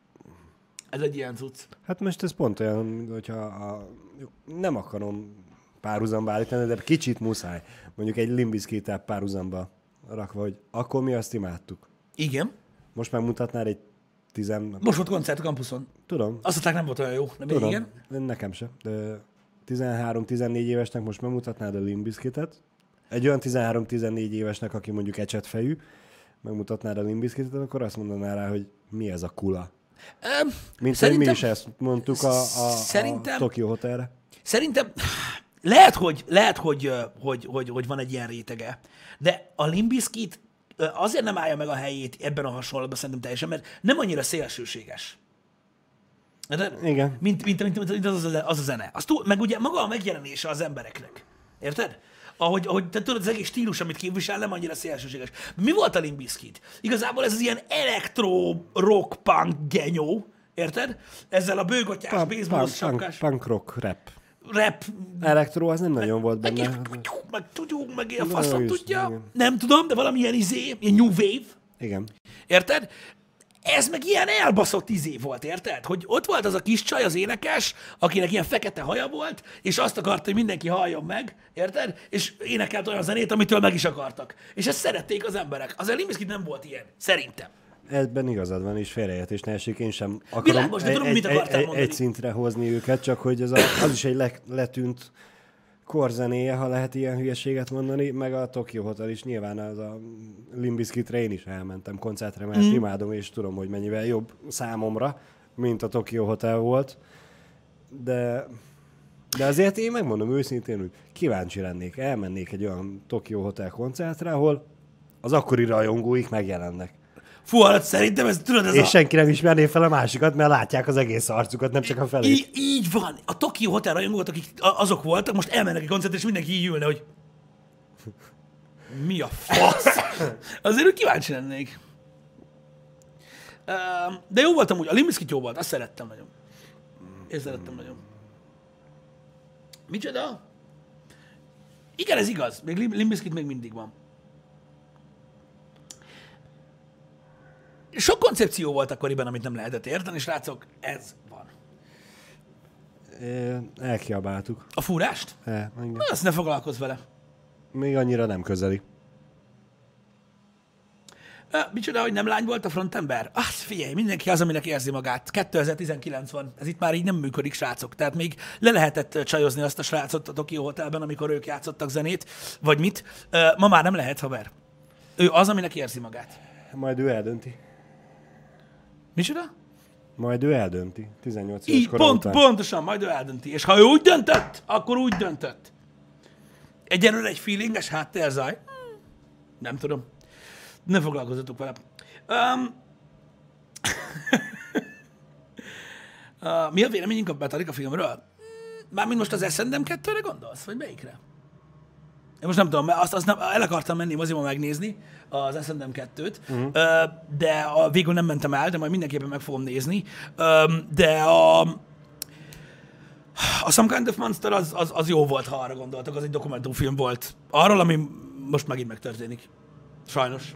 ez egy ilyen cucc. Hát most ez pont olyan, hogyha a, nem akarom párhuzamba állítani, de kicsit muszáj. Mondjuk egy Limp Bizkit-tel párhuzamba rakva, hogy akkor mi azt imádtuk. Igen. Most megmutatnál egy tizen... Most volt koncert a kampuszon. Tudom. Azt mondták, nem volt olyan jó. Nem Tudom. igen? Nekem se. De tizenhárom-tizennégy évesnek most megmutatnád a Limp Bizkitet. Egy olyan tizenhárom-tizennégy évesnek, aki mondjuk ecsetfejű, megmutatnád a Limp Bizkitet, akkor azt mondaná rá, hogy mi ez a kula. Um, Mint hogy mi is ezt mondtuk a, a, szerintem, a Tokyo Hotelre. Szerintem lehet, hogy, lehet hogy, hogy, hogy, hogy van egy ilyen rétege, de a Limp Bizkit azért nem állja meg a helyét ebben a hasonlatban szerintem teljesen, mert nem annyira szélsőséges. De, Igen. Mint, mint, mint, mint az, az, az a zene. Az túl, meg ugye maga a megjelenése az embereknek. Érted? Ahogy, ahogy te tudod, az egész stílus, amit képvisel, nem annyira szélsőséges. Mi volt a Limp Bizkit? Igazából ez az ilyen elektro, rock, punk genyó, érted? Ezzel a bőgotyás, baseballos sapkás. Punk, punk rock, rap. Rap. Elektro az nem nagyon volt benne. Meg, meg tudjuk, meg ilyen faszom just, tudja. igen. Nem tudom, de valamilyen izé, ilyen new wave. Igen. Érted? Ez meg ilyen elbaszott izé volt, érted? Hogy ott volt az a kis csaj, az énekes, akinek ilyen fekete haja volt, és azt akarta, hogy mindenki halljon meg, érted? És énekelt olyan zenét, amitől meg is akartak. És ezt szerették az emberek. Az Limp Bizkit nem volt ilyen, szerintem. Ebben igazad van, és félreértés ne esik. Én sem akarom Világos, de tudom, egy, mit akartál egy, mondani. egy szintre hozni őket, csak hogy az, a, az is egy le, letűnt korzenéje, ha lehet ilyen hülyeséget mondani, meg a Tokyo Hotel is. Nyilván az a Limp Bizkitre én is elmentem koncertre, mert mm. imádom, és tudom, hogy mennyivel jobb számomra, mint a Tokyo Hotel volt. De, de azért én megmondom őszintén, hogy kíváncsi lennék, elmennék egy olyan Tokyo Hotel koncertre, ahol az akkori rajongóik megjelennek. Fú, hát szerintem ez, tudod, ez és a... senki nem ismerné fel a másikat, mert látják az egész arcukat, nem csak a felét. Így, így van. A Tokyo Hotel rajongók, akik azok voltak, most elmennek egy koncertre, és mindenki így ülne, hogy... Mi a fasz? Azért úgy kíváncsi lennék. De jó voltam úgy, a Limp Bizkit jó volt, azt szerettem nagyon. Én szerettem nagyon. Micsoda? Igen, ez igaz. Még Limp Bizkit még mindig van. Sok koncepció volt akkoriban, amit nem lehetett érteni, és srácok, ez van. É, elkiabáltuk. A fúrást? E, Na, azt ne foglalkozz vele. Még annyira nem közeli. Uh, micsoda, hogy nem lány volt a frontember? Ah, figyelj, mindenki az, aminek érzi magát. kétezer-tizenkilenc van. Ez itt már így nem működik, srácok. Tehát még le lehetett csajozni azt a srácot a Tokyo Hotelben, amikor ők játszottak zenét, vagy mit. Uh, ma már nem lehet, haver. Ő az, aminek érzi magát. Majd ő eldönti. Micsoda? Majd ő eldönti. tizennyolc éves Így, kora pont, után. pontosan, majd ő eldönti. És ha ő úgy döntött, akkor úgy döntött. Egyelőre egy feelinges háttérzaj. Hmm. Nem tudom. Ne foglalkozzatok vele. Um, uh, mi a véleményünk a Metallica filmről? Mármint most az Eszendem kettőre gondolsz? Vagy melyikre? Én most nem tudom, mert azt, azt nem, el akartam menni moziba megnézni az Eszendem kettőt, uh-huh. uh, de a, végül nem mentem el, de majd mindenképpen meg fogom nézni. Um, de a, a Some Kind of Monster az, az, az jó volt, ha arra gondoltak, az egy dokumentumfilm volt. Arról, ami most megint megtörténik. Sajnos.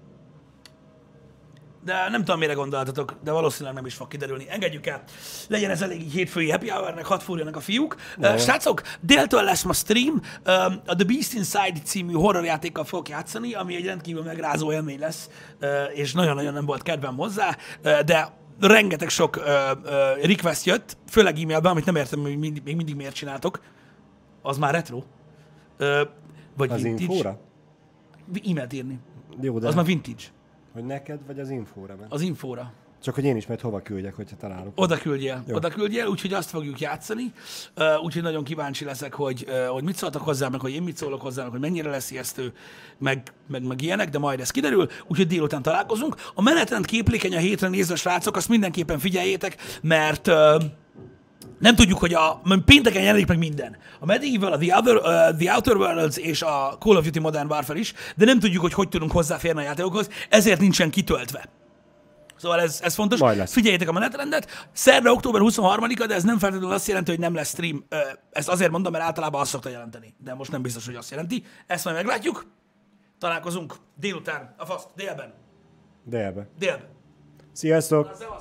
De nem tudom, mire gondoltatok, de valószínűleg nem is fog kiderülni. Engedjük el. Legyen ez elég így hétfői happy hour-nek, hadd fúrjanak a fiúk. Uh, srácok, déltől lesz ma stream. Uh, a The Beast Inside című horrorjátékkal fogok játszani, ami egy rendkívül megrázó élmény lesz, uh, és nagyon-nagyon nem volt kedvem hozzá, uh, de rengeteg sok uh, uh, request jött, főleg e-mailben, amit nem értem, hogy mindig, még mindig miért csináltok. Az már retro. Uh, vagy az vintage. infóra? E-mailt írni. Jó, de Az már vintage. hogy neked, vagy az infóra ment? Az infóra. Csak hogy én is majd hova küldjek, hogyha találok. Oda küldjél, Jó. oda küldjél, úgyhogy azt fogjuk játszani. Uh, úgyhogy nagyon kíváncsi leszek, hogy, uh, hogy mit szóltak hozzá, meg hogy én mit szólok hozzá, meg hogy mennyire lesz ijesztő, meg, meg, meg ilyenek, de majd ez kiderül. Úgyhogy délután találkozunk. A menetrend képlékeny a hétre nézve, srácok, azt mindenképpen figyeljétek, mert uh, nem tudjuk, hogy a pénteken jelenik meg minden. A Medieval, a The, Other, uh, The Outer Worlds és a Call of Duty Modern Warfare is, de nem tudjuk, hogy hogy tudunk hozzáférni a játékokhoz, ezért nincsen kitöltve. Szóval ez, ez fontos. Figyeljétek a menetrendet. Szerda, október huszonharmadika, de ez nem feltétlenül azt jelenti, hogy nem lesz stream. Ezt azért mondom, mert általában azt szokta jelenteni. De most nem biztos, hogy azt jelenti. Ezt majd meglátjuk. Találkozunk délután, a fasz, délben. Délben. Délben. Sziasztok!